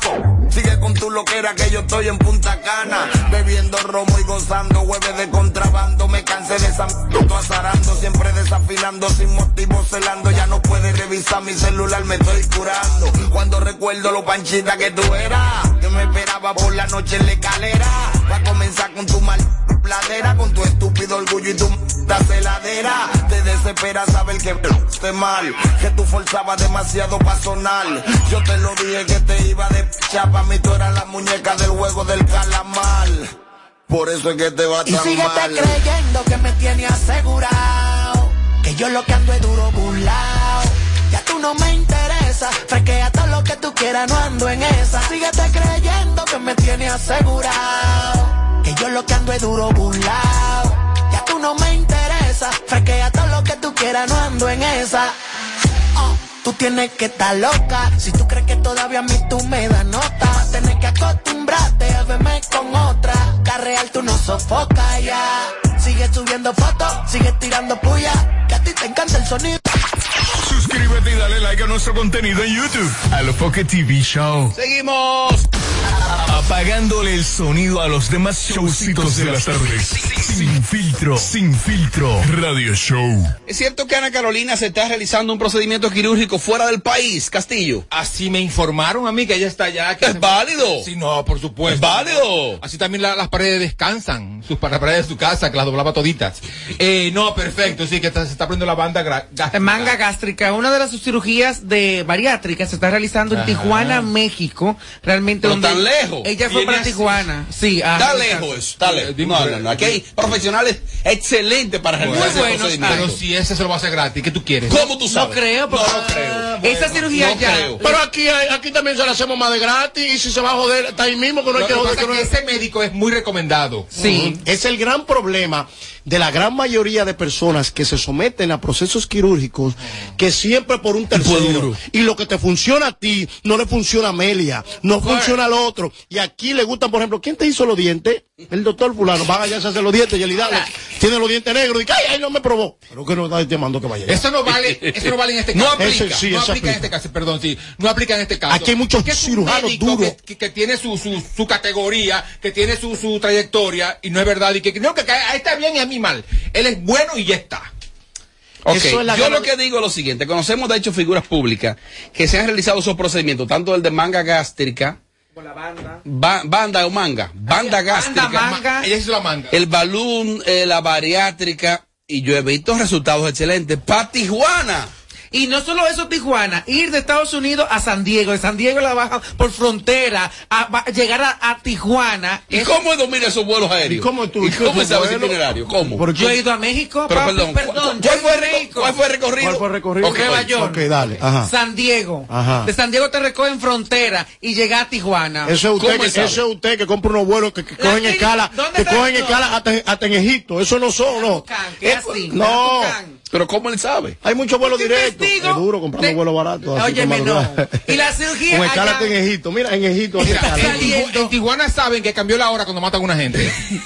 Sigue con tu loquera que yo estoy en Punta Cana, bebiendo romo y gozando hueves de contrabando. Me cansé de esa m***, azarando, siempre desafinando, sin motivo celando. Ya no puedes revisar mi celular, me estoy curando. Cuando recuerdo lo panchita que tú eras, que me esperaba por la noche en la escalera. Va a comenzar con tu mal pladera, con tu estúpido orgullo y tu m***, celadera. Te desespera saber que esté mal, que tú forzabas demasiado pa' sonar. Yo te lo dije que te iba de chapa, mí tú eras la muñeca del juego del calamar. Por eso es que te va Y tan síguete mal. creyendo que me tiene asegurado, que yo lo que ando es duro burlao. Ya tú no me interesa, fresquea todo lo que tú quieras, no ando en esa. Síguete creyendo que me tiene asegurado, que yo lo que ando es duro burlao. Ya tú no me interesa, fresquea todo lo que tú quieras, no ando en esa. Oh, tú tienes que estar loca, si tú crees que todavía a mí tú me das nota. Vas a tener que acostumbrarte a verme con otra, carreal tú no sofocas ya. Sigue subiendo fotos, sigue tirando puya, que a ti te encanta el sonido. Suscríbete y dale like a nuestro contenido en YouTube. Alofoque T V Show. Seguimos apagándole el sonido a los demás showcitos de las tardes. Sin filtro, sin filtro, Radio Show. ¿Es cierto que Ana Carolina se está realizando un procedimiento quirúrgico fuera del país, Castillo? Así me informaron a mí que ella está allá. Que ¿Es se... válido? Sí, no, por supuesto. ¿Es válido? Así también la, las paredes descansan, sus las paredes de su casa, que las doblaba toditas. Eh, no, perfecto, sí, que está, se está poniendo la banda gástrica. Manga gástrica, una de las cirugías de bariátrica se está realizando en Ajá. Tijuana, México. Realmente Pero donde tan lejos. ella fue para así? Tijuana. Sí, ajá, Está lejos, está lejos. No, no, no. Aquí hay profesionales excelentes para realizar ese buenos, procedimiento. Pero si ese se lo va a hacer gratis, ¿qué tú quieres? ¿Cómo tú sabes? No creo, porque No, no creo. esa cirugía no ya. creo. Pero aquí, hay- aquí también se la hacemos más de gratis, y si se va a joder, está ahí mismo que no hay Lo que que joder. pasa que es no que hay- ese médico es muy recomendado. Sí. Ujú. Es el gran problema de la gran mayoría de personas que se someten a procesos quirúrgicos, que siempre por un tercero. Y lo que te funciona a ti, no le funciona a Amelia, no funciona al otro. Y aquí le gustan, por ejemplo, ¿quién te hizo los dientes? El doctor fulano. Van allá a hacer los dientes y él dale, tiene los dientes negros. Y ay, ay, no me probó. Pero que no está llamando que vaya allá. Eso no vale, eso no vale en este caso. No aplica. Ese sí, no ese aplica en aplica. este caso, perdón, sí. No aplica en este caso. Aquí hay muchos Porque es un cirujanos médico duros. Que, que, que tiene su, su, su categoría, que tiene su, su trayectoria, y no es verdad. Y que no, que a está bien y a mí mal. Él es bueno y ya está. Ok, Eso es la yo gran- lo que digo es lo siguiente, conocemos de hecho figuras públicas que se han realizado esos procedimientos, tanto el de manga gástrica Con la banda. Ba banda o manga. Banda gástrica. Banda, manga. Ella hizo la manga. El balloon, eh, la bariátrica. Y yo he visto resultados excelentes. ¡Pa' Tijuana! Y no solo eso, Tijuana, ir de Estados Unidos a San Diego, de San Diego la baja por frontera, a, a llegar a, a Tijuana. ¿Y es... cómo domina esos vuelos aéreos? ¿Y cómo tú? ¿Y cómo es ese itinerario? ¿Cómo? Yo he ido a México, pero papi, perdón, perdón. ¿cuál, ¿cuál, fue, ¿Cuál fue el recorrido? ¿Cuál fue el recorrido? Okay, Nueva York. Ok, dale. Ajá. San Diego. Ajá. De San Diego te recogen frontera y llega a Tijuana. Eso es usted, que, eso es usted que compra unos vuelos que, que cogen escala, que cogen escala hasta, hasta en Egipto. Eso no son, no. ¿Qué así? No. Pero ¿cómo él sabe? Hay muchos vuelos directos. Es duro comprando de... vuelos baratos. Óyeme, no. Y la cirugía con escala allá... en Egipto. Mira, en Egipto. Mira, en, en Tijuana saben que cambió la hora cuando matan a una gente.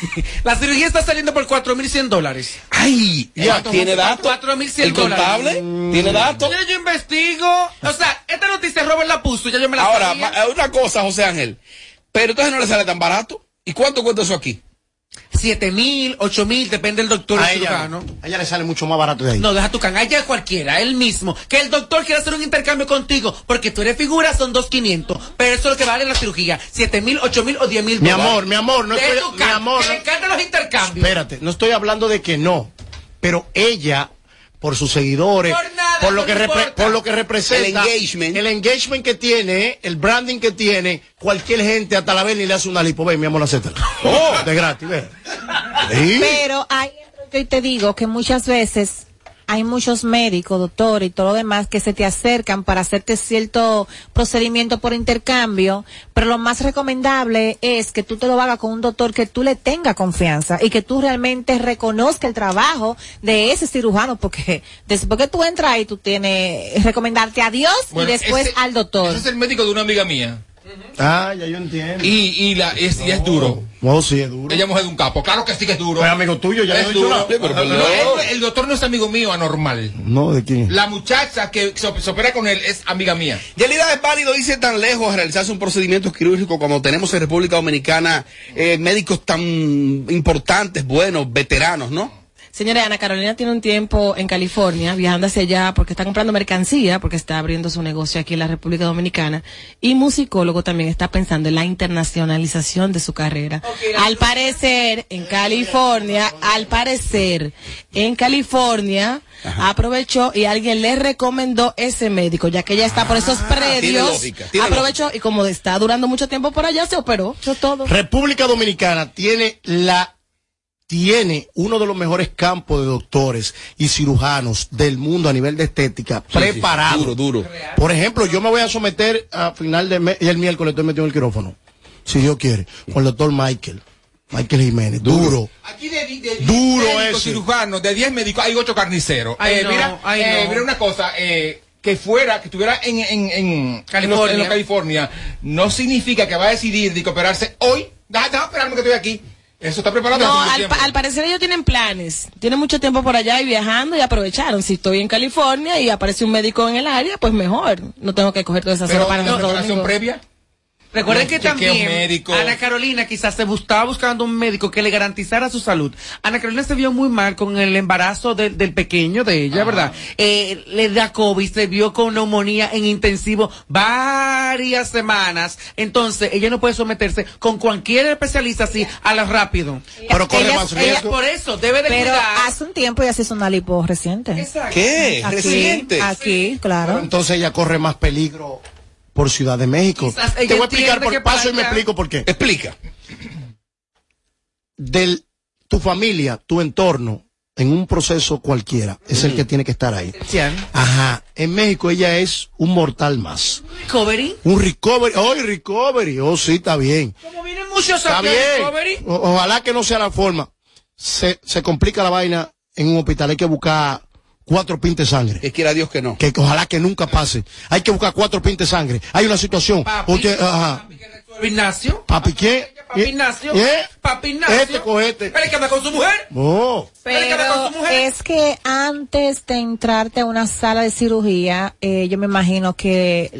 La cirugía está saliendo por cuatro mil cien dólares. ¡Ay! Ya, ¿tiene datos? cuatro mil cien ¿El contable? Mm. ¿Tiene datos? Ya yo investigo. O sea, esta noticia Robert la puso, ya yo me la Ahora, sabía. una cosa, José Ángel. Pero entonces no le sale tan barato. ¿Y cuánto cuesta eso aquí? Siete mil, ocho mil, depende del doctor a y ella, cirujano. A ella le sale mucho más barato de ahí. No, deja tu can, a ella cualquiera, él mismo. Que el doctor quiera hacer un intercambio contigo, porque tú eres figura, son dos quinientos. Pero eso es lo que vale la cirugía. Siete mil, ocho mil o diez mil. Mi amor, mi amor, no estoy, mi amor. Que le encantan los intercambios. Espérate, no estoy hablando de que no. Pero ella, por sus seguidores, por, nada, por, lo, no que repre, por lo que representa, el engagement, el engagement que tiene, el branding que tiene, cualquier gente hasta la vez ni le hace una lipo. Ven, mi amor, acéptala. Oh, de gratis, ven. ¿Sí? Pero ahí yo te digo que muchas veces hay muchos médicos, doctores y todo lo demás que se te acercan para hacerte cierto procedimiento por intercambio, pero lo más recomendable es que tú te lo hagas con un doctor que tú le tenga confianza y que tú realmente reconozca el trabajo de ese cirujano, porque después que tú entras ahí tú tienes recomendarte a Dios bueno, y después ese, al doctor. Ese es el médico de una amiga mía. Ah, ya yo entiendo. Y, y, la, es, no. y es duro. No, sí, es duro. Ella es mujer de un capo. Claro que sí que es duro. Es amigo tuyo, ya es no duro. Pero, pero, no, el, el doctor no es amigo mío, anormal. No, ¿de quién? La muchacha que se, se opera con él es amiga mía. Yelida, es válido irse tan lejos a realizarse un procedimiento quirúrgico como tenemos en República Dominicana eh, médicos tan importantes, buenos, veteranos, ¿no? Señora, Ana Carolina tiene un tiempo en California viajando hacia allá porque está comprando mercancía, porque está abriendo su negocio aquí en la República Dominicana, y musicólogo también está pensando en la internacionalización de su carrera. Okay, al parecer, en California, al parecer, en California, Ajá. aprovechó y alguien le recomendó ese médico, ya que ella está por esos predios, tiene lógica, tiene aprovechó lógica. Y como está durando mucho tiempo por allá, se operó, eso es todo. República Dominicana tiene la tiene uno de los mejores campos de doctores y cirujanos del mundo a nivel de estética sí, preparado. Sí, duro, duro. Por ejemplo, yo me voy a someter a final de mes, y el miércoles estoy metido en el quirófano, si Dios quiere, con el doctor Michael. Michael Jiménez, duro. duro. Aquí de, de, de duro médicos cirujanos, de diez médicos hay ocho carniceros. Ay, eh, no, mira, ay, eh, no. mira una cosa, eh, que fuera, que estuviera en, en, en, California. En, los, en los California, no significa que va a decidir de operarse hoy. Deja, deja esperarme que estoy aquí. Eso está preparado. No, al, al parecer ellos tienen planes. Tienen mucho tiempo por allá y viajando y aprovecharon. Si estoy en California y aparece un médico en el área, pues mejor. No tengo que coger todas esas horas para ¿no, nosotros. ¿Preparación previa? Recuerden que también Ana Carolina quizás se estaba buscando un médico que le garantizara su salud. Ana Carolina se vio muy mal con el embarazo de, del pequeño de ella, Ajá. ¿verdad? Eh, le da COVID, se vio con neumonía en intensivo varias semanas. Entonces, ella no puede someterse con cualquier especialista así a lo rápido. Pero corre ella, más riesgo. Por eso, debe de Pero cuidar. hace un tiempo ella se hizo una lipo reciente. Exacto. ¿Qué? Aquí, ¿Reciente? Aquí, claro. Pero entonces ella corre más peligro por Ciudad de México. Te voy a explicar por paso y me explico por qué. Explica. De tu familia, tu entorno, en un proceso cualquiera, es mm. el que tiene que estar ahí. Sí. Ajá. En México ella es un mortal más. ¿Recovery? Un recovery. ¡Oh, recovery! Oh, sí, está bien. Como vienen muchos está bien. Recovery. O, ojalá que no sea la forma. Se, se complica la vaina en un hospital. Hay que buscar cuatro pintes de sangre. Que quiera Dios que no. Que ojalá que nunca pase. Hay que buscar cuatro pintes de sangre. Hay una situación. Papi, usted, ajá. Papi Ignacio. ¿Papi quién? Papi Ignacio. ¿Eh? Papi Ignacio. Este cojete. ¿Pero que anda con su mujer? No. Pero con su mujer? Es que antes de entrarte a una sala de cirugía, eh, yo me imagino que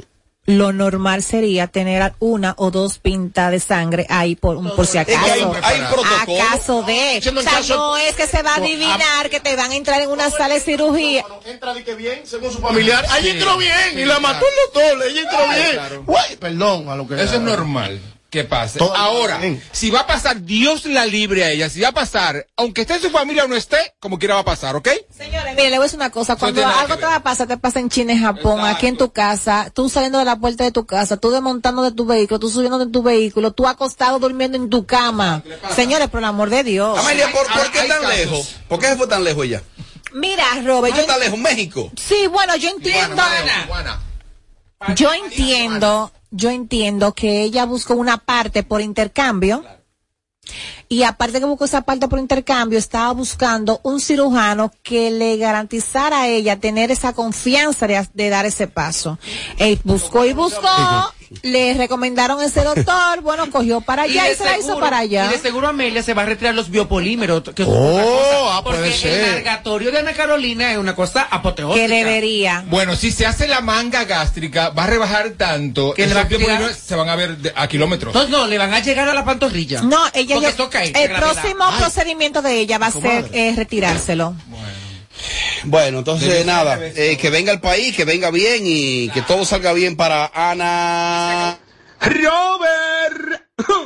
lo normal sería tener una o dos pintas de sangre ahí por, por si acaso. Hay, hay protocolo. Acaso de. O sea, no es que se va a adivinar que te van a entrar en una sala de cirugía. Entra de que bien, según su familiar. Ahí entró bien y la mató el doctor. Ella entró bien. Uy, perdón a lo que. Eso es normal. Que pase. Todo Ahora, bien. si va a pasar, Dios la libre a ella. Si va a pasar, aunque esté en su familia o no esté, como quiera va a pasar, ¿ok? Señores, mire, le voy a decir una cosa. Cuando tiene nada algo que te va a pasar, te pasa en China, en Japón, Exacto. aquí en tu casa, tú saliendo de la puerta de tu casa, tú desmontando de tu vehículo, tú subiendo de tu vehículo, tú acostado durmiendo en tu cama. Señores, por el amor de Dios. Amelia, ¿por, por qué Hay tan casos. lejos? ¿Por qué se fue tan lejos ella? Mira, Robert, ¿Dónde yo, está lejos? ¿México? sí, bueno, yo entiendo, Tijuana. yo entiendo, yo entiendo que ella buscó una parte por intercambio. Y aparte que buscó esa parte por intercambio, estaba buscando un cirujano que le garantizara a ella tener esa confianza de, de dar ese paso. Él buscó y buscó, le recomendaron ese doctor, bueno, cogió para allá y, de se la hizo seguro- para allá. Y de seguro Amelia se va a retirar los biopolímeros. Que es Oh, otra cosa, ah, puede porque ser. el largatorio de Ana Carolina es una cosa apoteósica. Que debería. Bueno, si se hace la manga gástrica, va a rebajar tanto Que que le va a esos tirar- biopolímeros se van a ver de- a kilómetros. No, no, le van a llegar a la pantorrilla. No, ella Porque ya, esto cae, el de gravedad. próximo Ay. procedimiento de ella va a ser eh, retirárselo. Bueno, entonces nada, eh, que venga al país, que venga bien y que todo salga bien para Ana. Robert.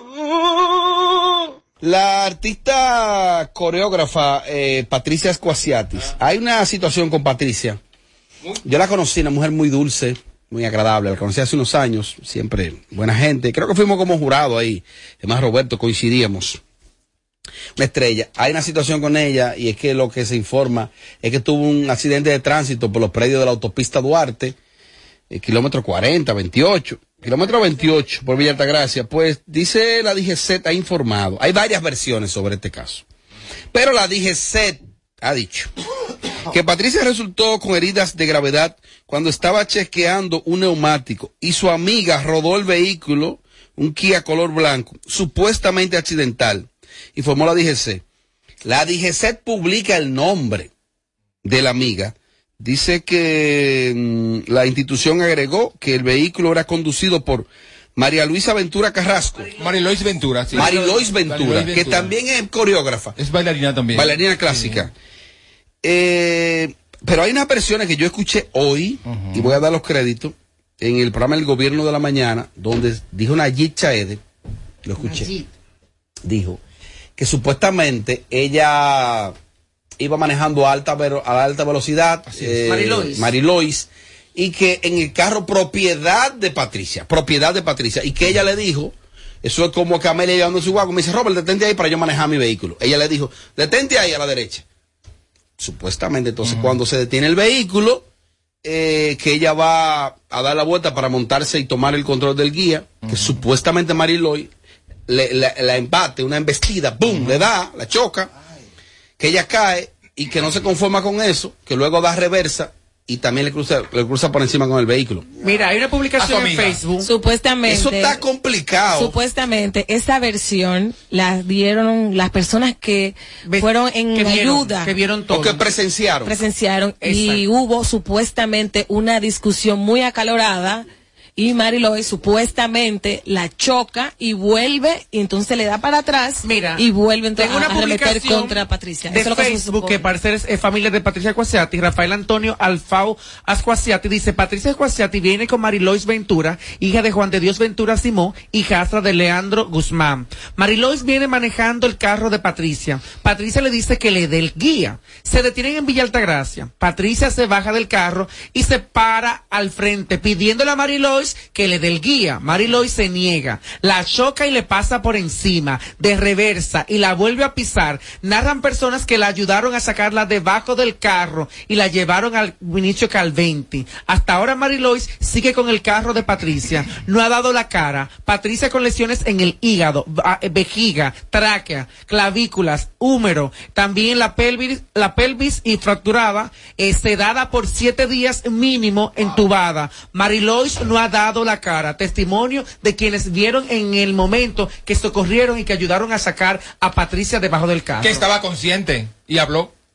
La artista coreógrafa eh, Patricia Squasiatis. Hay una situación con Patricia. Yo la conocí, una mujer muy dulce, muy agradable. La conocí hace unos años, siempre buena gente. Creo que fuimos como jurado ahí. Además, Roberto, coincidíamos. Una estrella. Hay una situación con ella y es que lo que se informa es que tuvo un accidente de tránsito por los predios de la autopista Duarte, el kilómetro cuarenta, veintiocho. Kilómetro veintiocho por Villa Altagracia. Pues dice la D G C, ha informado. Hay varias versiones sobre este caso. Pero la D G C ha dicho que Patricia resultó con heridas de gravedad cuando estaba chequeando un neumático y su amiga rodó el vehículo, un Kia color blanco, supuestamente accidental, informó la D G C. La D G C publica el nombre de la amiga. Dice que mmm, la institución agregó que el vehículo era conducido por María Luisa Ventura Carrasco. Marilois Ventura, sí. Marilois Ventura, Marilois que Ventura. también es coreógrafa. Es bailarina también. Bailarina clásica. Eh, pero hay unas versiones que yo escuché hoy, uh-huh. y voy a dar los créditos, en el programa El Gobierno de la Mañana, donde dijo Nayib Chaede, lo escuché, Nayib. Dijo que supuestamente ella iba manejando a alta, a alta velocidad, eh, Marilois. Marilois, y que en el carro propiedad de Patricia, propiedad de Patricia, y que ella le dijo, eso es como que Amelia llevando su guagua, me dice, Robert, detente ahí para yo manejar mi vehículo. Ella le dijo, detente ahí a la derecha. Supuestamente, entonces, uh-huh. cuando se detiene el vehículo, eh, que ella va a dar la vuelta para montarse y tomar el control del guía, uh-huh. que supuestamente Marilois le, le, la embate, una embestida, ¡boom!, uh-huh. le da, la choca, que ella cae y que no se conforma con eso, que luego da reversa y también le cruza, le cruza por encima con el vehículo. Mira, hay una publicación en Facebook. Supuestamente. Eso está complicado. Supuestamente, esa versión la dieron las personas que Ves, fueron en que vieron, ayuda. Que vieron todo. O que presenciaron. Presenciaron. Exacto. Y hubo supuestamente una discusión muy acalorada. Y Marilois supuestamente la choca y vuelve, y entonces le da para atrás. Mira, y vuelve entonces una a arremeter contra Patricia. De Eso Facebook, que, que parece es, es familia de Patricia Squasiatis, Rafael Antonio Alfao Squasiatis, dice, Patricia Squasiatis viene con Marilois Ventura, hija de Juan de Dios Ventura Simón, hijastra de Leandro Guzmán. Marilois viene manejando el carro de Patricia. Patricia le dice que le dé el guía. Se detienen en Villa Altagracia. Patricia se baja del carro y se para al frente, pidiéndole a Marilois que le dé el guía. Marilois se niega, la choca y le pasa por encima, de reversa, y la vuelve a pisar. Narran personas que la ayudaron a sacarla debajo del carro y la llevaron al Vinicio Calventi. Hasta ahora Marilois sigue con el carro de Patricia, no ha dado la cara. Patricia con lesiones en el hígado, vejiga, tráquea, clavículas, húmero, también la pelvis, la pelvis y fracturada, eh, sedada por siete días mínimo, entubada. Marilois no ha dado la cara. Testimonio de quienes vieron en el momento que socorrieron y que ayudaron a sacar a Patricia debajo del carro. Que estaba consciente y habló.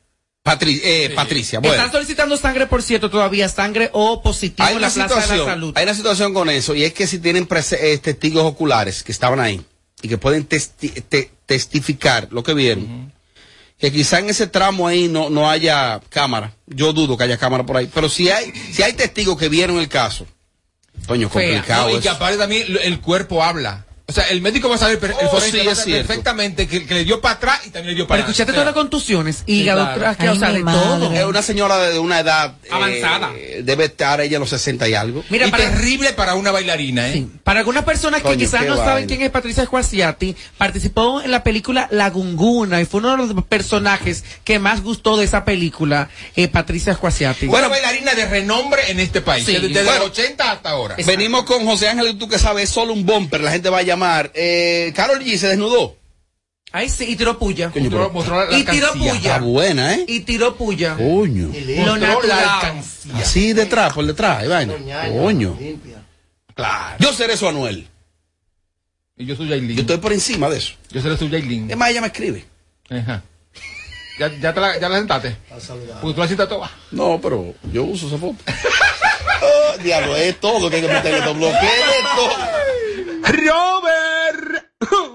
Patri eh, sí. Patricia, bueno. Están solicitando sangre, por cierto, todavía, sangre O positivo en la Plaza de la Salud. Hay una situación con eso, y es que si tienen eh, testigos oculares que estaban ahí y que pueden testi te testificar lo que vieron, uh-huh. que quizá en ese tramo ahí no, no haya cámara. Yo dudo que haya cámara por ahí, pero si hay, si hay testigos que vieron el caso, coño, complicado. No, y que aparte también el cuerpo habla. O sea, el médico va a saber el oh, sí, es perfectamente que, que le dio para atrás y también le dio para atrás. Pero escuchaste o sea, todas las contusiones, hígado, sí, claro. que, o sea, de todo. Es una señora de una edad avanzada. Eh, debe estar ella a los sesenta y algo. Mira, y para, terrible para una bailarina, ¿eh? Sí. Para algunas personas que Coño, quizás no vaina. saben quién es Patricia Squasiati, participó en la película La Gunguna y fue uno de los personajes que más gustó de esa película, eh, Patricia Squasiati. Bueno, bailarina de renombre en este país, sí. desde, desde bueno, los ochenta hasta ahora. Exacto. Venimos con José Ángel, tú que sabes, es solo un bumper, la gente va a llamar. Eh, Karol G se desnudó. Ay, sí, y tiró puya. Coño, mostró, mostró y tiró puya. Está buena, ¿eh? Y tiró puya. Coño. Lo natural. Así detrás, por detrás, ahí vaina. Coño. Claro. Yo seré su Anuel. Y yo soy Yailin. Yo estoy por encima de eso. Yo seré su Yailin. Es más, ella me escribe. Ajá. ¿Ya, ya, te la, ya la sentaste? Porque tú la citas toda. No, pero yo uso esa foto. Oh, diablo, es todo que hay que meterle dos bloques. Robert.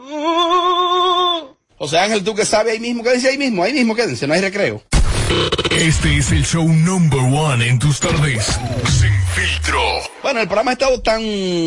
José Ángel, tú que sabes ahí mismo, quédense ahí mismo, ahí mismo quédense, no hay recreo. Este es el show number one en tus tardes. Sin filtro. Bueno, el programa ha estado tan,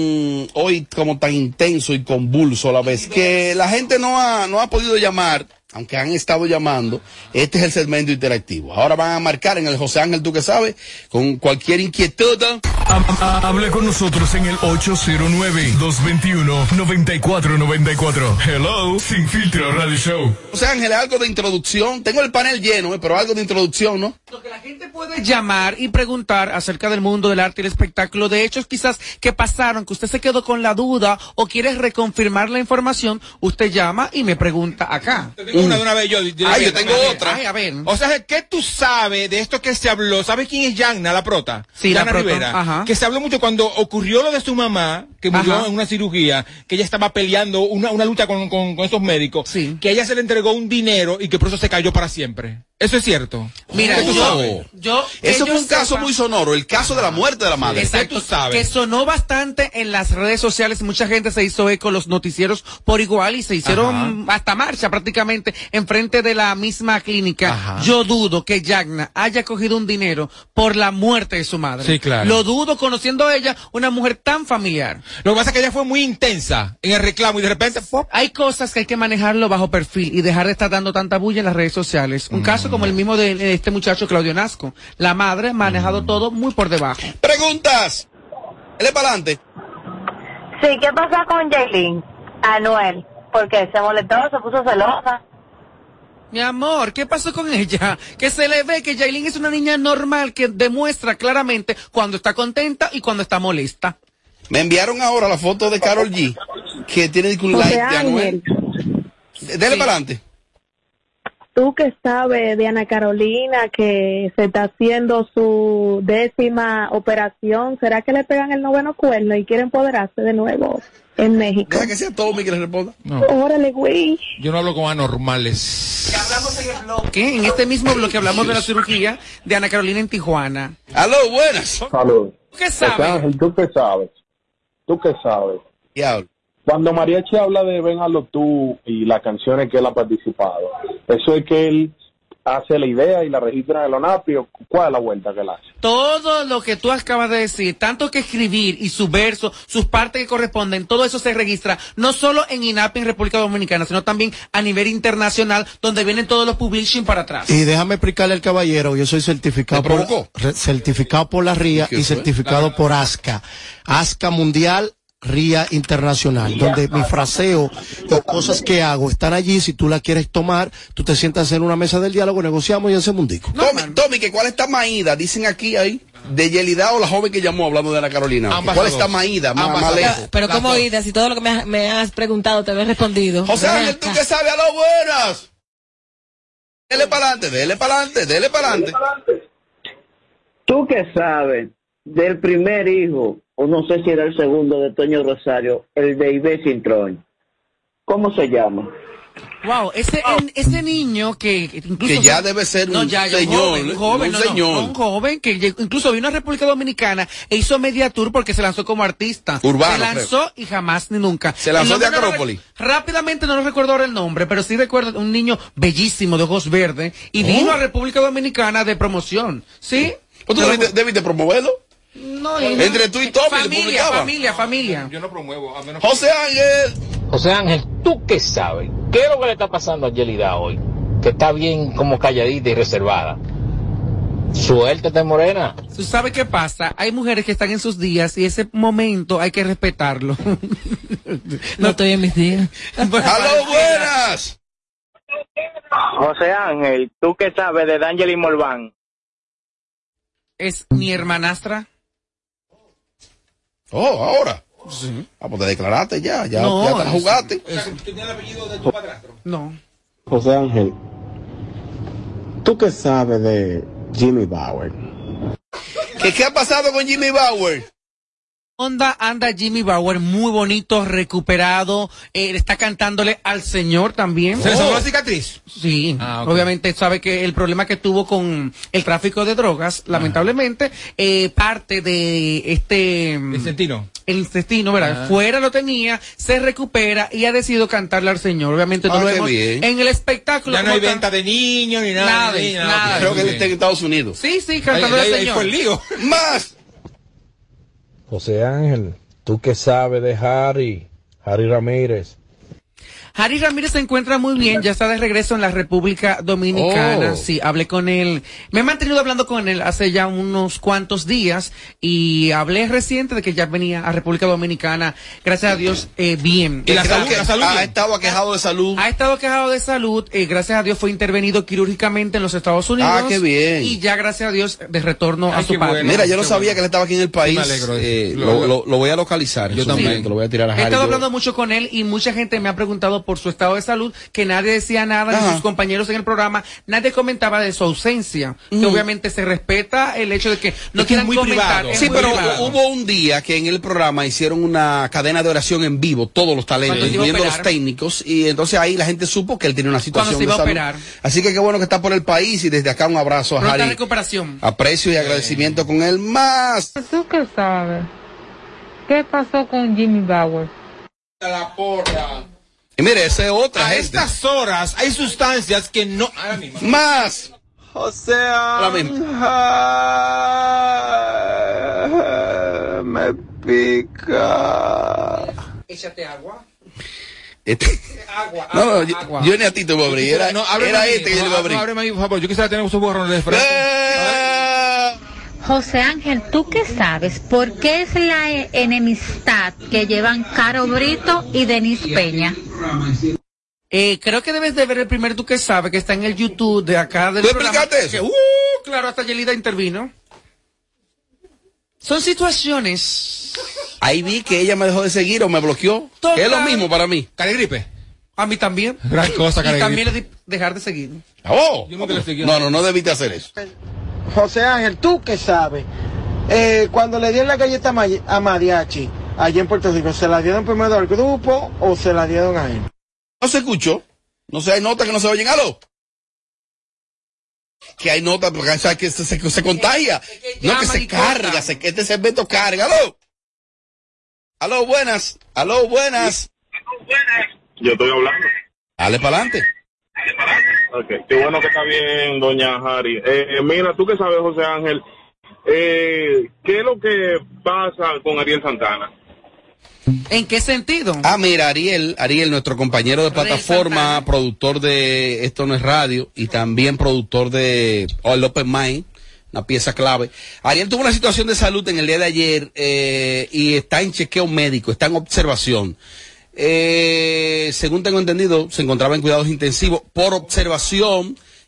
hoy como tan intenso y convulso a la vez, que la gente no ha, no ha podido llamar, aunque han estado llamando. Este es el segmento interactivo. Ahora van a marcar en el José Ángel, tú que sabes, con cualquier inquietud. Hable con nosotros en el ocho cero nueve, dos dos uno, nueve cuatro nueve cuatro. Hello, Sin Filtro Radio Show. José Ángel, algo de introducción. Tengo el panel lleno, pero algo de introducción, ¿no? Lo que la gente puede llamar y preguntar acerca del mundo del arte y el espectáculo, de hechos quizás que pasaron, que usted se quedó con la duda o quiere reconfirmar la información, usted llama y me pregunta acá. Una de una vez yo. Ah, yo tengo otra. Ay, a ver. O sea, ¿qué tú sabes de esto que se habló? ¿Sabes quién es Yagna, la prota? Sí, Yagna la prota. Rivera. Ajá. Que se habló mucho cuando ocurrió lo de su mamá, que murió Ajá. en una cirugía, que ella estaba peleando una, una lucha con, con, con esos médicos, sí. que a ella se le entregó un dinero y que por eso se cayó para siempre. ¿Eso es cierto? Mira, ¿Qué tú yo, sabes? yo, Eso fue un sepa, caso muy sonoro, el caso de la muerte de la madre. Exacto, ¿Qué tú sabes? que sonó bastante en las redes sociales, mucha gente se hizo eco, los noticieros por igual, y se hicieron Ajá. hasta marcha prácticamente enfrente de la misma clínica. Ajá. Yo dudo que Yagna haya cogido un dinero por la muerte de su madre. Sí, claro. Lo dudo, conociendo a ella, una mujer tan familiar. Lo que pasa es que ella fue muy intensa en el reclamo y de repente... ¡pop! Hay cosas que hay que manejarlo bajo perfil y dejar de estar dando tanta bulla en las redes sociales. Un mm. caso como el mismo de, de este muchacho Claudio Nasco. La madre ha manejado mm. todo muy por debajo. Preguntas. Él es para adelante. Sí, ¿qué pasó con Yailin? Anuel. Porque se molestó, se puso celosa. Mi amor, ¿qué pasó con ella? Que se le ve que Yailin es una niña normal que demuestra claramente cuando está contenta y cuando está molesta. Me enviaron ahora la foto de Karol G, que tiene un like de Anuel. Dele sí. para adelante. Tú que sabes de Ana Carolina, que se está haciendo su décima operación, ¿será que le pegan el noveno cuerno y quieren empoderarse de nuevo en México? Deja que sea Tommy que le responda. No. Órale, güey. Yo no hablo con anormales. Que hablamos en el bloque, en este mismo bloque hablamos de la cirugía de Ana Carolina en Tijuana. Aló, buenas. Salud. ¿Qué sabes? ¿Tú qué sabes? ¿Tú qué sabes? Diablo. Cuando Mariachi habla de Ven Hazlo Tú y las canciones que él ha participado, eso es que él hace la idea y la registra en el ONAPI, ¿o cuál es la vuelta que él hace? Todo lo que tú acabas de decir, tanto que escribir y su verso, sus partes que corresponden, todo eso se registra, no solo en INAPI en República Dominicana, sino también a nivel internacional, donde vienen todos los publishing para atrás. Y déjame explicarle al caballero, yo soy certificado por, re, certificado por la R I A y certificado la... por ASCA. ASCA Mundial, R I A Internacional, donde mi fraseo y cosas que hago están allí. Si tú la quieres tomar, tú te sientas en una mesa del diálogo, negociamos y hacemos un disco. No, Tommy, Tommy, que cuál está Maída, dicen aquí ahí, de Yelida o la joven que llamó hablando de Ana Carolina. ¿Cuál está Maída? Más, más lejos. Pero ¿cómo Ida? Si todo lo que me, ha, me has preguntado te lo he respondido. José Ángel, tú que sabes, a lo buenas. Dele para adelante, dele para adelante, dele para adelante. Tú que sabes del primer hijo, o no sé si era el segundo, de Toño Rosario, el de Ivette Cintrón. ¿Cómo se llama? Wow, ese en, ese niño que incluso que ya fue, debe ser no, un ya, señor, un joven, un joven, no, no, un señor. No, no, un joven que llegó, incluso vino a República Dominicana e hizo media tour porque se lanzó como artista. Urbano, se lanzó creo. y jamás ni nunca. Se lanzó de Acrópolis. No, rápidamente no recuerdo ahora el nombre, pero sí recuerdo un niño bellísimo de ojos verdes y ¿Oh? vino a República Dominicana de promoción, ¿sí? ¿Tú debiste, debiste promoverlo? No, entre tú y Tommy familia, familia, familia. Yo no promuevo, a menos José Ángel. José Ángel, ¿tú qué sabes? ¿Qué es lo que le está pasando a Yelida hoy? Que está bien como calladita y reservada. Suéltate, morena. ¿Tú sabes qué pasa? Hay mujeres que están en sus días y ese momento hay que respetarlo. No estoy en mis días. ¡Aló, buenas! José Ángel, ¿tú qué sabes de D'Angelo y Morvan? Es mi hermanastra. Oh, ahora. Sí. Ah, pues te declaraste ya, ya, no, ya te la jugaste. O sea, ¿tú tienes el apellido de tu padrastro? No. José Ángel, ¿tú qué sabes de Jimmy Bauer? ¿Qué, qué ha pasado con Jimmy Bauer? Onda anda Jimmy Bauer, muy bonito, recuperado, eh, está cantándole al Señor también. ¿Se le salvó la cicatriz? Sí, ah, okay. Obviamente sabe que el problema que tuvo con el tráfico de drogas, lamentablemente, eh, parte de este... ¿El intestino? El intestino, ¿verdad? Ah. Fuera lo tenía, se recupera y ha decidido cantarle al Señor. Obviamente no ah, lo vemos bien. en el espectáculo. Ya no hay venta de niños ni nada. Nada, ni nada. nada. Creo que él está en Estados Unidos. Sí, sí, cantando al Señor. Ahí fue el lío. ¡Más! José Ángel, ¿tú qué sabes de Harry? Harry Ramírez. Harry Ramírez se encuentra muy bien, ya está de regreso en la República Dominicana. Oh. Sí, hablé con él. Me he mantenido hablando con él hace ya unos cuantos días y hablé reciente de que ya venía a República Dominicana. Gracias a Dios, eh, bien. ¿Y la Eh, salud, que- la salud ha estado aquejado de salud? Ha estado quejado de salud, eh, gracias a Dios fue intervenido quirúrgicamente en los Estados Unidos. Ah, qué bien. Y ya gracias a Dios de retorno Ay, a su qué padre. bueno. Mira, yo no Qué sabía bueno. que él estaba aquí en el país. Sí, me alegro de Eh, eso. lo, lo, lo voy a localizar. Yo en su también. momento, lo voy a tirar a He Harry. estado Yo- hablando mucho con él y mucha gente me ha preguntado por su estado de salud, que nadie decía nada, Ajá. ni sus compañeros en el programa, nadie comentaba de su ausencia, que Mm. obviamente se respeta el hecho de que no Es que quieran es muy comentar. privado. es Sí, muy pero privado. hubo un día que en el programa hicieron una cadena de oración en vivo, todos los talentos, Cuando se iba a incluyendo los operar. técnicos, y entonces ahí la gente supo que él tiene una situación Cuando se iba de a salud. operar. Así que qué bueno que está por el país y desde acá un abrazo a Pronta Harry. recuperación. Aprecio y agradecimiento con él más. ¿Tú qué sabes? ¿Qué pasó con Jimmy Bauer? La porra. Y mire, esa es otra A gente. estas horas hay sustancias que no. Ahora mismo. Más. José La misma. Ángel, me pica. Échate agua. Este- Agua, No, no, agua, yo, agua. yo ni a ti te voy a abrir. Era, No, ábreme era a mí. este que yo le iba a No, abrir. ábreme a mí, por favor. Yo quisiera tener esos borrones de frente. ¡Eh! José Ángel, ¿tú qué sabes? ¿Por qué es la e- enemistad que llevan Caro Brito y Denise Peña? Eh, creo que debes de ver el primer Tú que sabes, que está en el YouTube de acá del ¿Tú programa. explicaste eso? Que, uh, claro, hasta Yelida intervino. Son situaciones. Ahí vi que ella me dejó de seguir o me bloqueó. Total. Que es lo mismo para mí. Caregripe. A mí también. Gran cosa, Y Caregripe. también le di dejar de seguir. Oh. Yo nunca le seguí. No, no, no debiste hacer eso. José Ángel, ¿tú qué sabes? Eh, cuando le dieron la galleta a Mari- a Mariachi, allá en Puerto Rico, ¿se la dieron primero al grupo o se la dieron a él? No se escuchó. No sé, hay notas que no se oyen. ¡Aló! Que hay notas, porque o sea, que se, se, se contagia. No, que se carga, se, que este segmento carga. ¡Aló! ¡Aló, buenas! ¡Aló, buenas! Yo estoy hablando. Dale para adelante. Okay. Qué bueno que está bien, doña Harry. Eh, mira, tú que sabes, José Ángel, eh, ¿qué es lo que pasa con Ariel Santana? ¿En qué sentido? Ah, mira, Ariel, Ariel, nuestro compañero de plataforma, productor de Esto No es Radio y también productor de All Open Mind, una pieza clave. Ariel tuvo una situación de salud en el día de ayer eh, y está en chequeo médico, está en observación. Eh, según tengo entendido, se encontraba en cuidados intensivos por observación.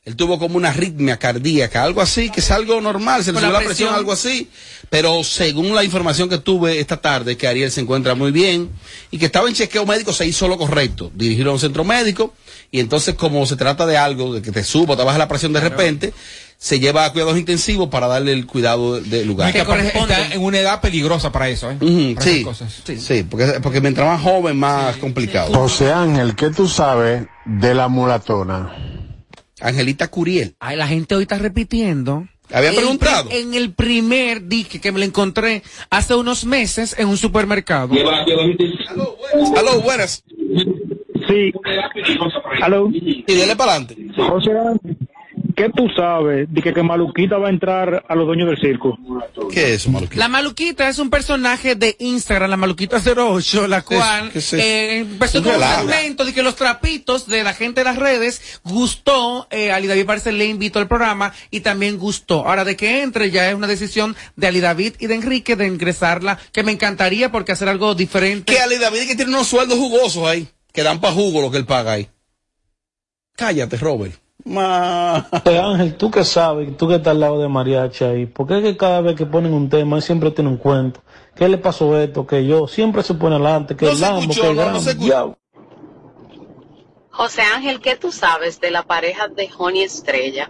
Él tuvo como una arritmia cardíaca, algo así, que es algo normal, se le subió la presión, algo así. Pero según la información que tuve esta tarde, que Ariel se encuentra muy bien y que estaba en chequeo médico, se hizo lo correcto. Dirigirlo a un centro médico y entonces como se trata de algo, de que te suba, te baja la presión de repente, se lleva a cuidados intensivos para darle el cuidado del lugar. Que está en una edad peligrosa para eso, ¿eh? Uh-huh, para sí, sí, sí, porque, porque mientras más joven, más sí, complicado. Sí. José Ángel, ¿qué tú sabes de la mulatona? Angelita Curiel. Ay, la gente hoy está repitiendo. Había preguntado. En, en el primer dije que me lo encontré hace unos meses en un supermercado. Aló, buenas. Aló, buenas. Sí. Aló. Y dele para adelante. José Ángel, ¿qué tú sabes de que, que Maluquita va a entrar a los dueños del circo? ¿Qué es eso, Maluquita? La Maluquita es un personaje de Instagram, la Maluquita cero ocho, la cual ¿Qué es, qué es eh, empezó con un segmento de que los trapitos de la gente de las redes gustó, eh, Ali David parece le invitó al programa y también gustó. Ahora de que entre ya es una decisión de Ali David y de Enrique de ingresarla, que me encantaría porque hacer algo diferente. Que Ali David que tiene unos sueldos jugosos ahí, que dan para jugo lo que él paga ahí. Cállate, Robert. Ma... Ángel, tú que sabes, tú que estás al lado de Mariachi ahí, ¿por qué es que cada vez que ponen un tema, él siempre tiene un cuento? ¿Qué le pasó esto? Que yo siempre se pone adelante, que no el Lambo, que el no, no José Ángel, ¿qué tú sabes de la pareja de Joni Estrella?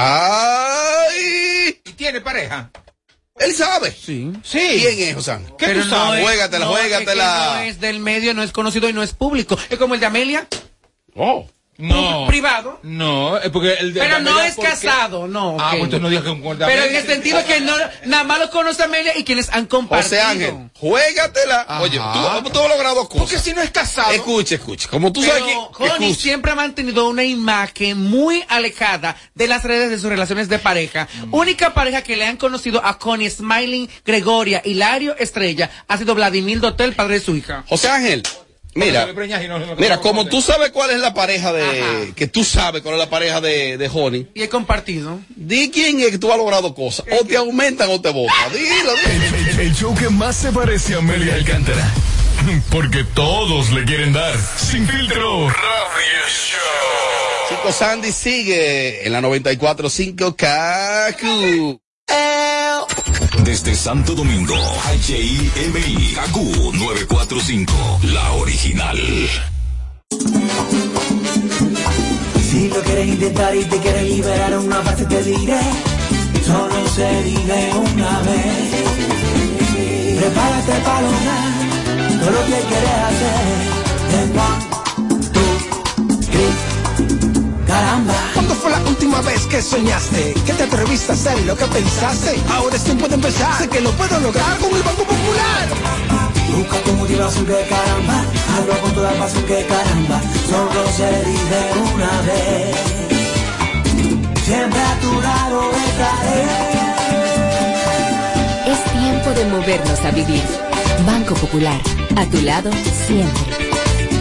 ¡Ay! ¿Y tiene pareja? Él sabe. Sí. Sí. ¿Quién es, José Ángel? ¿Qué Pero tú sabes? No juégatela, no, juégatela. Es no es del medio, no es conocido y no es público. Es como el de Amelia. Oh. No. Privado. No, es porque el de Pero Amelia no es porque... casado, no. Ah, okay. pues entonces no digas que un de Pero en el sentido que no, nada más lo conoce Amelia y quienes han compartido. José Ángel, juégatela. Ajá. Oye, tú, tú has logrado dos cosas. Porque si no es casado. Escucha, escucha. Como tú Pero sabes que. Joni siempre ha mantenido una imagen muy alejada de las redes de sus relaciones de pareja. Mm. Única pareja que le han conocido a Connie Smiling, Gregoria, Hilario, Estrella, ha sido Vladimir Dotel, padre de su hija. José Ángel. Mira, mira, como tú sabes cuál es la pareja de, Ajá. que tú sabes cuál es la pareja de, de Joni. Y he compartido. Di quién es que tú has logrado cosas. O te aumentan o te botan. Dilo, dilo. El, el show que más se parece a Amelia Alcántara. Porque todos le quieren dar. Sin filtro. Radio Show. Chico Sandy sigue en la noventa y cuatro punto cinco Kaku. Desde Santo Domingo, H I M I, K Q novecientos cuarenta y cinco, la original. Si lo quieres intentar y te quieres liberar una parte te diré, solo se vive una vez. Prepárate para lograr todo lo que quieres hacer. En one, two, three, caramba. ¿Cuándo fue la última vez que soñaste? ¿Que te atreviste a hacer lo que pensaste? Ahora es tiempo de empezar. Sé que lo puedo lograr con el Banco Popular. Busca tu motivación que caramba, hazlo con toda pasión que caramba, solo se vive una vez. Siempre a tu lado estaré. Es tiempo de movernos a vivir. Banco Popular, a tu lado siempre.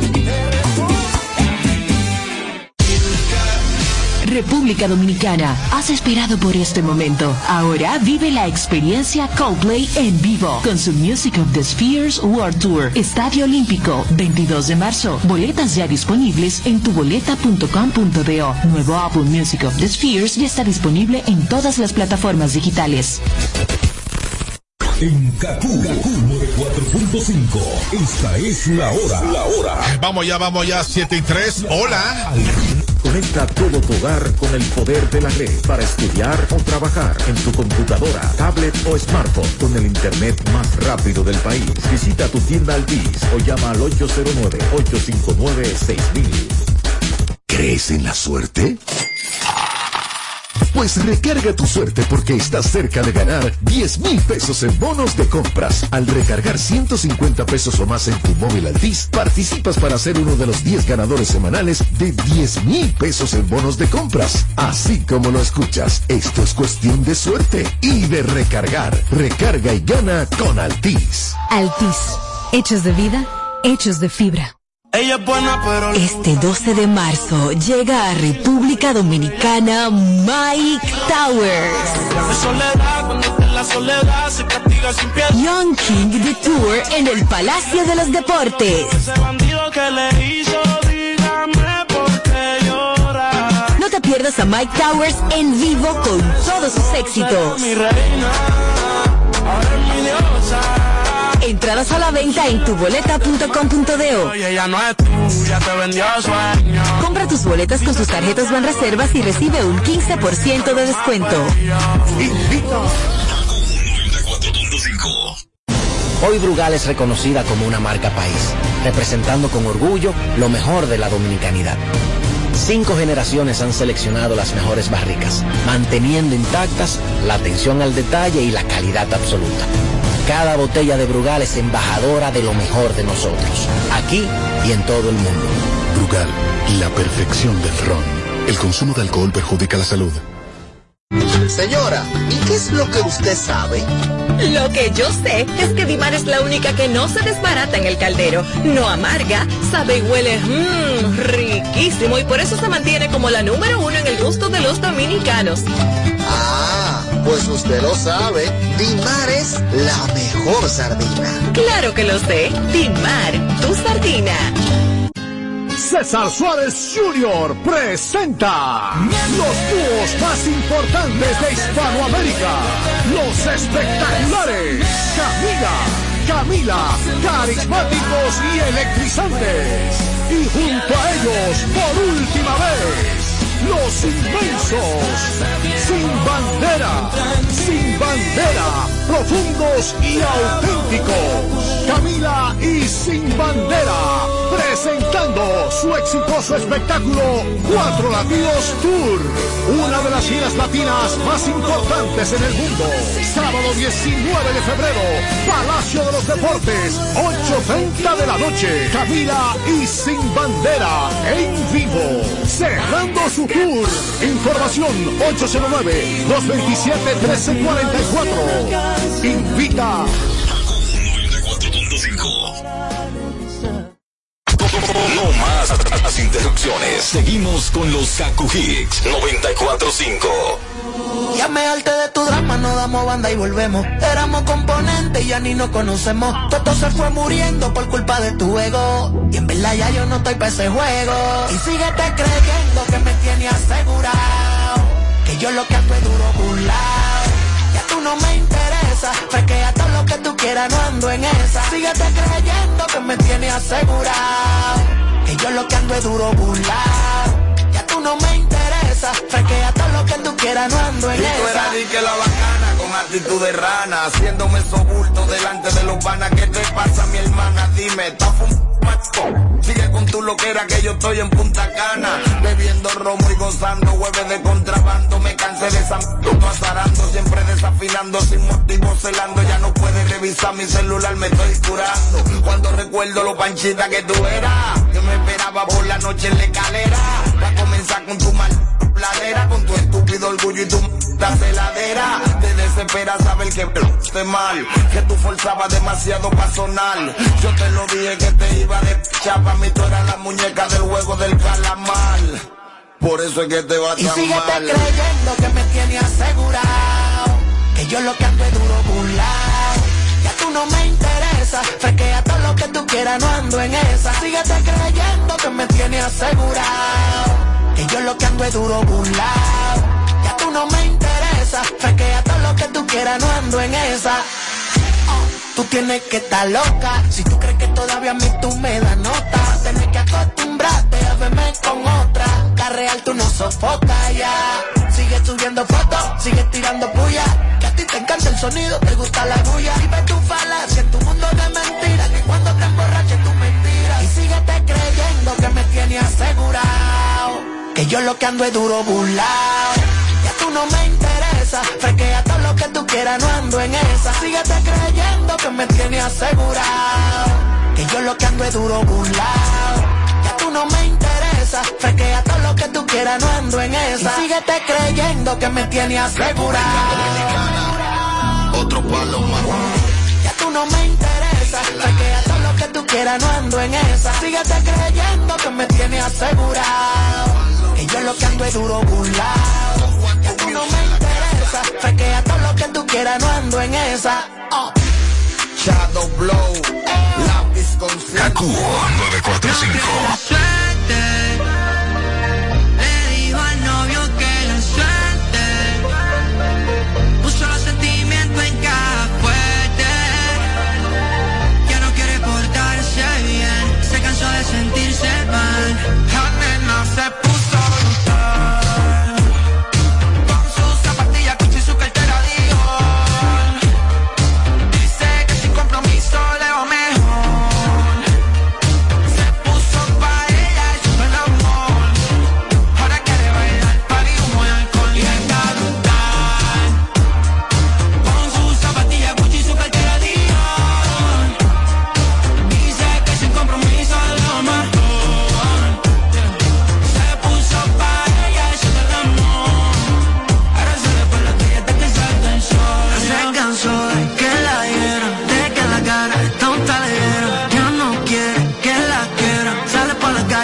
República Dominicana, has esperado por este momento. Ahora vive la experiencia Coldplay en vivo con su Music of the Spheres World Tour. Estadio Olímpico, veintidós de marzo. Boletas ya disponibles en tuboleta punto com punto do. Nuevo álbum Music of the Spheres ya está disponible en todas las plataformas digitales. En Kaku noventa y cuatro punto cinco, esta es la hora. La hora. Vamos ya, vamos ya, siete y tres. Hola. Conecta todo tu hogar con el poder de la red para estudiar o trabajar en tu computadora, tablet o smartphone con el internet más rápido del país. Visita tu tienda Altis o llama al ocho cero nueve, ocho cinco nueve, seis mil. ¿Crees en la suerte? Pues recarga tu suerte porque estás cerca de ganar diez mil pesos en bonos de compras. Al recargar ciento cincuenta pesos o más en tu móvil Altis, participas para ser uno de los diez ganadores semanales de diez mil pesos en bonos de compras. Así como lo escuchas, esto es cuestión de suerte y de recargar. Recarga y gana con Altis. Altis, hechos de vida, hechos de fibra. Ella es buena, pero este doce de marzo llega a República Dominicana Mike Towers. Young King The Tour en el Palacio de los Deportes. No te pierdas a Mike Towers en vivo con todos sus éxitos. Entradas a la venta en tuboleta punto com punto do. Compra tus boletas con sus tarjetas Banreservas y recibe un quince por ciento de descuento. Hoy Brugal es reconocida como una marca país, representando con orgullo lo mejor de la dominicanidad. Cinco generaciones han seleccionado las mejores barricas, manteniendo intactas la atención al detalle y la calidad absoluta. Cada botella de Brugal es embajadora de lo mejor de nosotros, aquí y en todo el mundo. Brugal, la perfección del ron. El consumo de alcohol perjudica la salud. Señora, ¿y qué es lo que usted sabe? Lo que yo sé es que Dimar es la única que no se desbarata en el caldero, no amarga, sabe y huele mmm, riquísimo y por eso se mantiene como la número uno en el gusto de los dominicanos. Ah, pues usted lo sabe, Dimar es la mejor sardina. Claro que lo sé, Dimar, tu sardina. César Suárez junior presenta los dúos más importantes de Hispanoamérica, los espectaculares Camila, Camila, carismáticos y electrizantes, y junto a ellos, por última vez, los inmensos, sin bandera, sin bandera, profundos y auténticos, Camila y Sin Bandera, presentando su exitoso espectáculo Cuatro Latidos Tour, una de las giras latinas más importantes en el mundo. Sábado diecinueve de febrero, Palacio de los Deportes, ocho treinta de la noche, Camila y Sin Bandera en vivo, cerrando su tour. Información ocho cero nueve, dos dos siete, uno tres cuatro cuatro. Invita. No más las interrupciones. Seguimos con los Kaku Hicks noventa y cuatro punto cinco. Ya me harté de tu drama, no damos banda y volvemos. Éramos componentes y ya ni nos conocemos. Todo se fue muriendo por culpa de tu ego. Y en verdad ya yo no estoy para ese juego. Y síguete creyendo que me tiene asegurado, que yo lo que hago es duro burlao. Ya tú no me interesa, fresquea todo lo que tú quieras, no ando en esa. Síguete creyendo que me tiene asegurado, que yo lo que ando es duro burlao. Ya tú no me interesa, fresquea todo lo que tú quieras, no ando en y esa. Y tú eras di que la bacana, con actitud de rana, haciéndome sobulto delante de los panas. ¿Qué te pasa, mi hermana? Dime, ¿estás fumando? Sigue con tu loquera que yo estoy en Punta Cana, bebiendo romo y gozando hueves de contrabando. Me cansé de esa m***, azarando, siempre desafinando, sin motivo celando. Ya no puedes revisar mi celular, me estoy curando. Cuando recuerdo lo panchita que tú eras, que me esperaba por la noche en la escalera. Va a comenzar con tu mal pladera, con tu estúpido orgullo y tu m***a celadera. Te desespera saber que esté mal, que tú forzabas demasiado pa' sonar. Yo te lo dije que te iba de chapa, mi tú eras la muñeca del juego del calamar. Por eso es que te va tan mal. Y síguete creyendo que me tiene asegurado, que yo lo que ando es duro burlao. Ya tú no me interesa, fresquea todo lo que tú quieras, no ando en esa. Síguete creyendo que me tiene asegurado, que yo lo que ando es duro burlao. Ya tú no me interesa, fresquea todo lo que tú quieras, no ando en esa. Tú tienes que estar loca, si tú crees que todavía a mí tú me das nota. Tienes que acostumbrarte a verme con otra. La real tú no sofocas ya. Sigue subiendo fotos, sigue tirando puya. Que a ti te encanta el sonido, te gusta la bulla. Y ve tu falacia en tu mundo de mentiras, que cuando te emborraches tú mentiras. Y síguete creyendo que me tienes asegurado, que yo lo que ando es duro burlao. Ya tú no me interesa, fresquea todo lo que tú quieras, no ando en esa. Síguete creyendo que me tienes asegurado, que yo lo que ando es duro burlao. Ya tú no me interesa, fresquea todo lo que tú quieras, no ando en esa. Y síguete creyendo que me tienes asegurado. Otro palo más. Ya tú no me interesa, fresquea todo lo que tú quieras, no ando en esa. Síguete creyendo que me tienes asegurado, que yo lo que ando es duro burlao. Ya tú no me interesa, fresquea todo lo que tú quieras, no ando en esa. Oh. Shadow Blow, lápiz consciente. Kaku nueve cuatro cinco. Le dijo al novio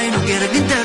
y no quiere que te